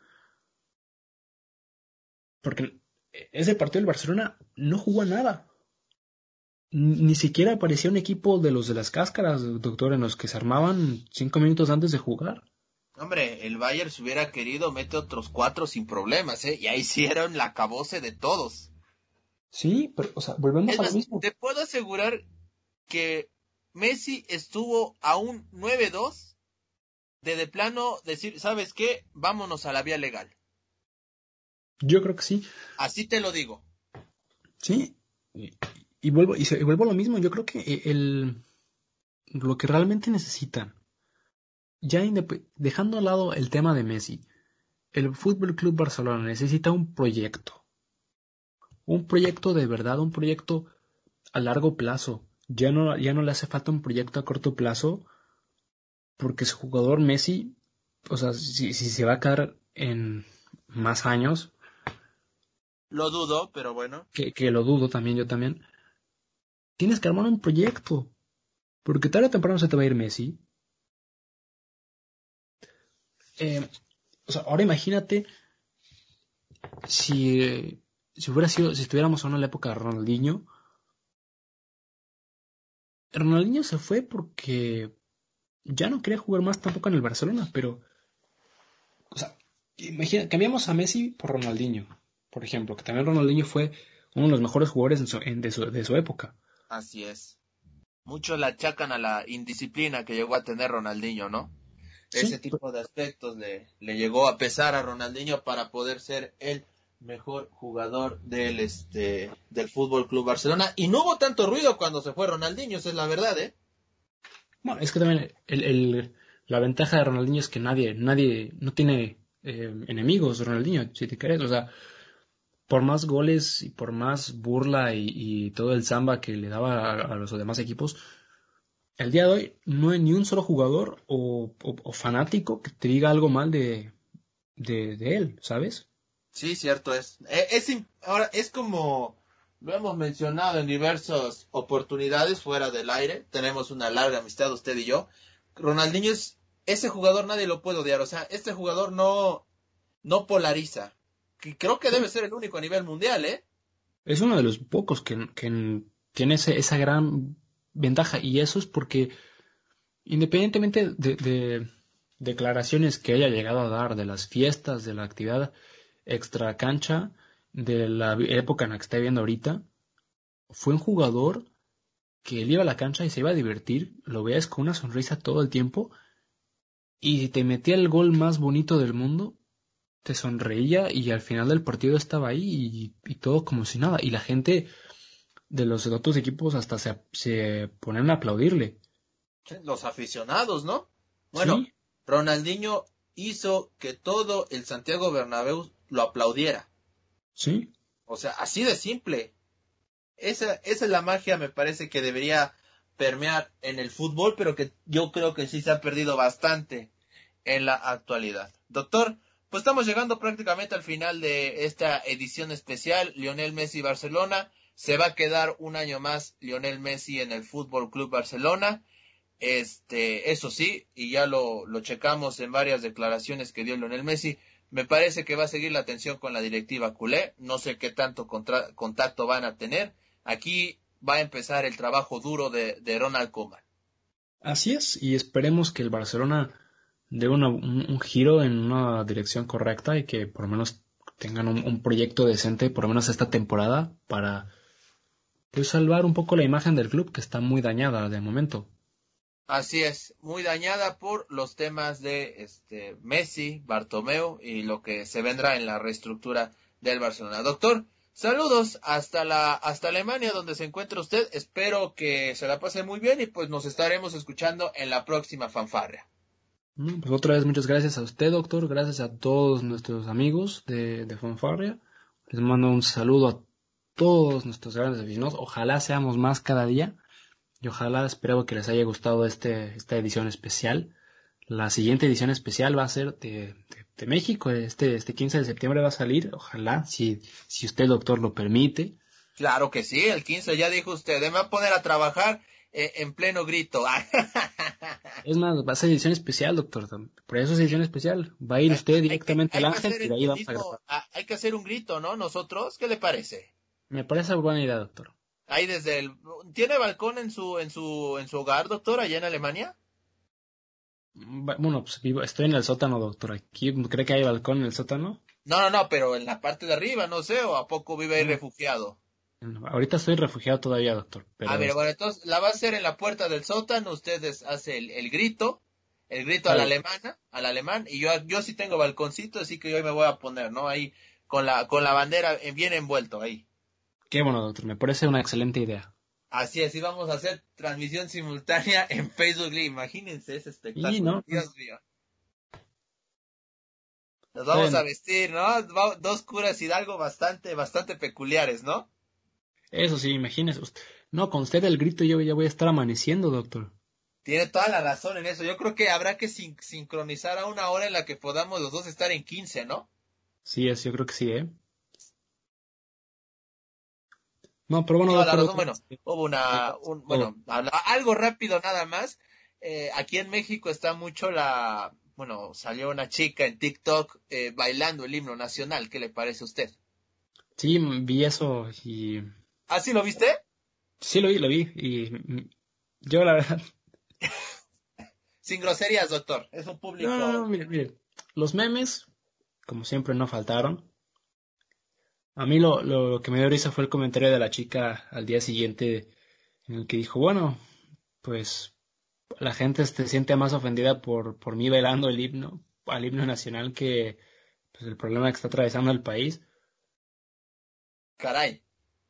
Porque ese partido del Barcelona no jugó a nada. Ni siquiera aparecía un equipo de los de las cáscaras, doctor, en los que se armaban 5 minutos antes de jugar. Hombre, el Bayern si hubiera querido mete otros 4 sin problemas, ¿eh? Y ahí hicieron la acabose de todos. Sí, pero, o sea, volvemos a lo mismo. Te puedo asegurar que Messi estuvo a un 9-2 de plano decir, ¿sabes qué? Vámonos a la vía legal. Yo creo que sí. Así te lo digo. Sí. Y vuelvo a lo mismo. Yo creo que lo que realmente necesitan, ya dejando al lado el tema de Messi, el Fútbol Club Barcelona necesita un proyecto. Un proyecto de verdad, un proyecto a largo plazo. Ya no le hace falta un proyecto a corto plazo, porque su jugador Messi, o sea, si se va a quedar en más años. Lo dudo, pero bueno. Que lo dudo también, yo también. Tienes que armar un proyecto. Porque tarde o temprano se te va a ir Messi. O sea, ahora imagínate si si estuviéramos aún en la época de Ronaldinho se fue porque ya no quería jugar más tampoco en el Barcelona, pero, o sea, imagina, cambiamos a Messi por Ronaldinho, por ejemplo, que también Ronaldinho fue uno de los mejores jugadores de su época. Así es. Muchos la achacan a la indisciplina que llegó a tener Ronaldinho, ¿no? Ese Sí, tipo de aspectos le llegó a pesar a Ronaldinho para poder ser el mejor jugador del Fútbol Club Barcelona. Y no hubo tanto ruido cuando se fue Ronaldinho, esa es la verdad, ¿eh? bueno, es que también la ventaja de Ronaldinho es que nadie, no tiene enemigos, Ronaldinho, si te querés, o sea, por más goles y por más burla y todo el samba que le daba a los demás equipos, el día de hoy no hay ni un solo jugador o fanático que te diga algo mal de él, ¿sabes? Sí, cierto es. Ahora, es como lo hemos mencionado en diversas oportunidades fuera del aire. Tenemos una larga amistad, usted y yo. Ronaldinho es ese jugador, nadie lo puede odiar. O sea, este jugador no polariza. Que creo que debe ser el único a nivel mundial, ¿eh? Es uno de los pocos que tiene esa gran ventaja y eso es porque independientemente de declaraciones que haya llegado a dar de las fiestas, de la actividad extra cancha, de la época en la que está viviendo ahorita, fue un jugador que él iba a la cancha y se iba a divertir, lo veías con una sonrisa todo el tiempo y si te metía el gol más bonito del mundo, te sonreía y al final del partido estaba ahí y todo como si nada. Y la gente de los otros equipos hasta se ponen a aplaudirle. Los aficionados, ¿no? Bueno, Sí, Ronaldinho hizo que todo el Santiago Bernabéu lo aplaudiera. sí. O sea, así de simple. Esa es la magia, me parece que debería permear en el fútbol, pero que yo creo que sí se ha perdido bastante en la actualidad. Doctor, pues estamos llegando prácticamente al final de esta edición especial. Lionel Messi Barcelona. Se va a quedar un año más Lionel Messi en el Fútbol Club Barcelona. Eso sí, y ya lo checamos en varias declaraciones que dio Lionel Messi, me parece que va a seguir la atención con la directiva culé, no sé qué tanto contacto van a tener, aquí va a empezar el trabajo duro de Ronald Koeman. Así es, y esperemos que el Barcelona dé un giro en una dirección correcta y que por lo menos tengan un proyecto decente, por lo menos esta temporada, para pues, salvar un poco la imagen del club que está muy dañada de momento. Así es, muy dañada por los temas de Messi, Bartomeu y lo que se vendrá en la reestructura del Barcelona. Doctor, saludos hasta Alemania donde se encuentra usted. Espero que se la pase muy bien y pues nos estaremos escuchando en la próxima fanfarria. Pues otra vez muchas gracias a usted, doctor, gracias a todos nuestros amigos de Fanfarria. Les mando un saludo a todos nuestros grandes aficionados. Ojalá seamos más cada día. Y ojalá espero que les haya gustado esta edición especial. La siguiente edición especial va a ser de México. Este 15 de septiembre va a salir. Ojalá, si usted, doctor, lo permite. Claro que sí, el 15 ya dijo usted, me va a poner a trabajar en pleno grito. Es más, va a ser edición especial, doctor. Por eso es edición especial. Va a ir usted directamente al Hay que Ángel hacer y de ahí vamos a grabar. hay que hacer un grito, ¿no? Nosotros, ¿qué le parece? Me parece buena idea, doctor. Ahí ¿tiene balcón en su hogar, doctor, allá en Alemania? Bueno, pues estoy en el sótano, doctor. Aquí, ¿cree que hay balcón en el sótano? No, pero en la parte de arriba, no sé, o a poco vive ahí No. refugiado. Ahorita estoy refugiado todavía, doctor. Ah, Pero mire, bueno, entonces la va a hacer en la puerta del sótano, ustedes hacen el grito a está la bien. alemana, al alemán, y yo sí tengo balconcito, así que yo me voy a poner, ¿no? Ahí con la bandera bien envuelto ahí. Qué bueno, doctor. Me parece una excelente idea. Así es, y vamos a hacer transmisión simultánea en Facebook Live. Imagínense ese Y espectáculo. no, Dios mío. Nos está vamos bien. a vestir, ¿no? Dos curas Hidalgo bastante peculiares, ¿no? Eso sí, imagínese usted. No, con usted el grito yo ya voy a estar amaneciendo, doctor. Tiene toda la razón en eso. Yo creo que habrá que sincronizar a una hora en la que podamos los dos estar en 15, ¿no? Sí, yo creo que sí, ¿eh? No, pero bueno, Toda la doctor, razón. Bueno, hubo todo. algo rápido nada más. Aquí en México está mucho salió una chica en TikTok bailando el himno nacional. ¿Qué le parece a usted? Sí, vi eso y... ¿Ah, sí lo viste? Sí, lo vi. Y yo, la verdad... Sin groserías, doctor. Es un No, público. mire. Los memes, como siempre, no faltaron. A mí lo que me dio risa fue el comentario de la chica al día siguiente en el que dijo, bueno, pues la gente se siente más ofendida por mí bailando al himno nacional que pues, el problema que está atravesando el país. Caray.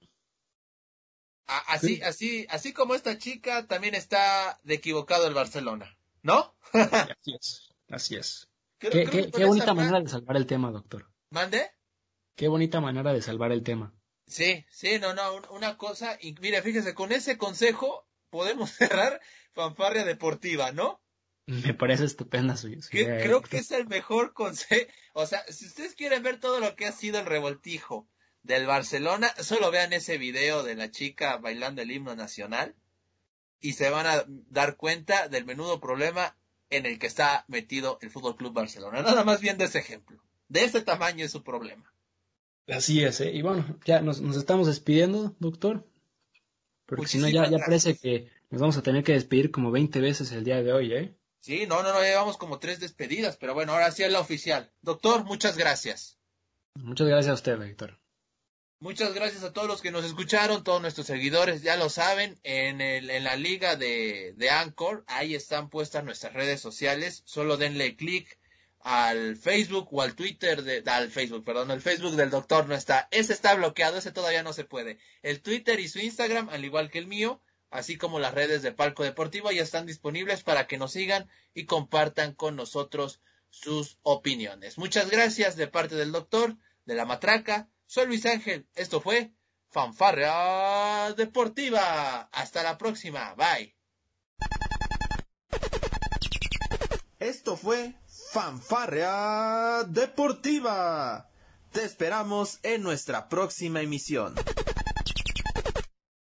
Así, Sí, así como esta chica, también está de equivocado el Barcelona, ¿no? así es, así es. Creo que con Qué esa bonita frase. manera de salvar el tema, doctor. ¿Mande? Qué bonita manera de salvar el tema. Sí, sí, no, una cosa. Y mire, fíjese, con ese consejo podemos cerrar Fanfarria Deportiva, ¿no? Me parece estupenda su Que, idea, creo que doctor. es el mejor consejo. O sea, si ustedes quieren ver todo lo que ha sido el revoltijo del Barcelona, solo vean ese video de la chica bailando el himno nacional y se van a dar cuenta del menudo problema en el que está metido el Fútbol Club Barcelona. Nada más viendo ese ejemplo. De ese tamaño es su problema. Así es, ¿eh? Y bueno, ya nos estamos despidiendo, doctor, porque si no Muchísimas ya parece gracias. que nos vamos a tener que despedir como 20 veces el día de hoy, ¿eh? Sí, no, ya llevamos como 3 despedidas, pero bueno, ahora sí es la oficial. Doctor, muchas gracias. Muchas gracias a usted, doctor. Muchas gracias a todos los que nos escucharon, todos nuestros seguidores, ya lo saben, en la liga de Anchor, ahí están puestas nuestras redes sociales, solo denle clic al Facebook o al Twitter al Facebook, perdón, el Facebook del doctor no está, ese está bloqueado, ese todavía no se puede. El Twitter y su Instagram, al igual que el mío, así como las redes de Palco Deportivo, ya están disponibles para que nos sigan y compartan con nosotros sus opiniones. Muchas gracias de parte del doctor, de la matraca. Soy Luis Ángel, esto fue Fanfarria Deportiva. Hasta la próxima, bye. Esto fue Fanfarria Deportiva. Te esperamos en nuestra próxima emisión.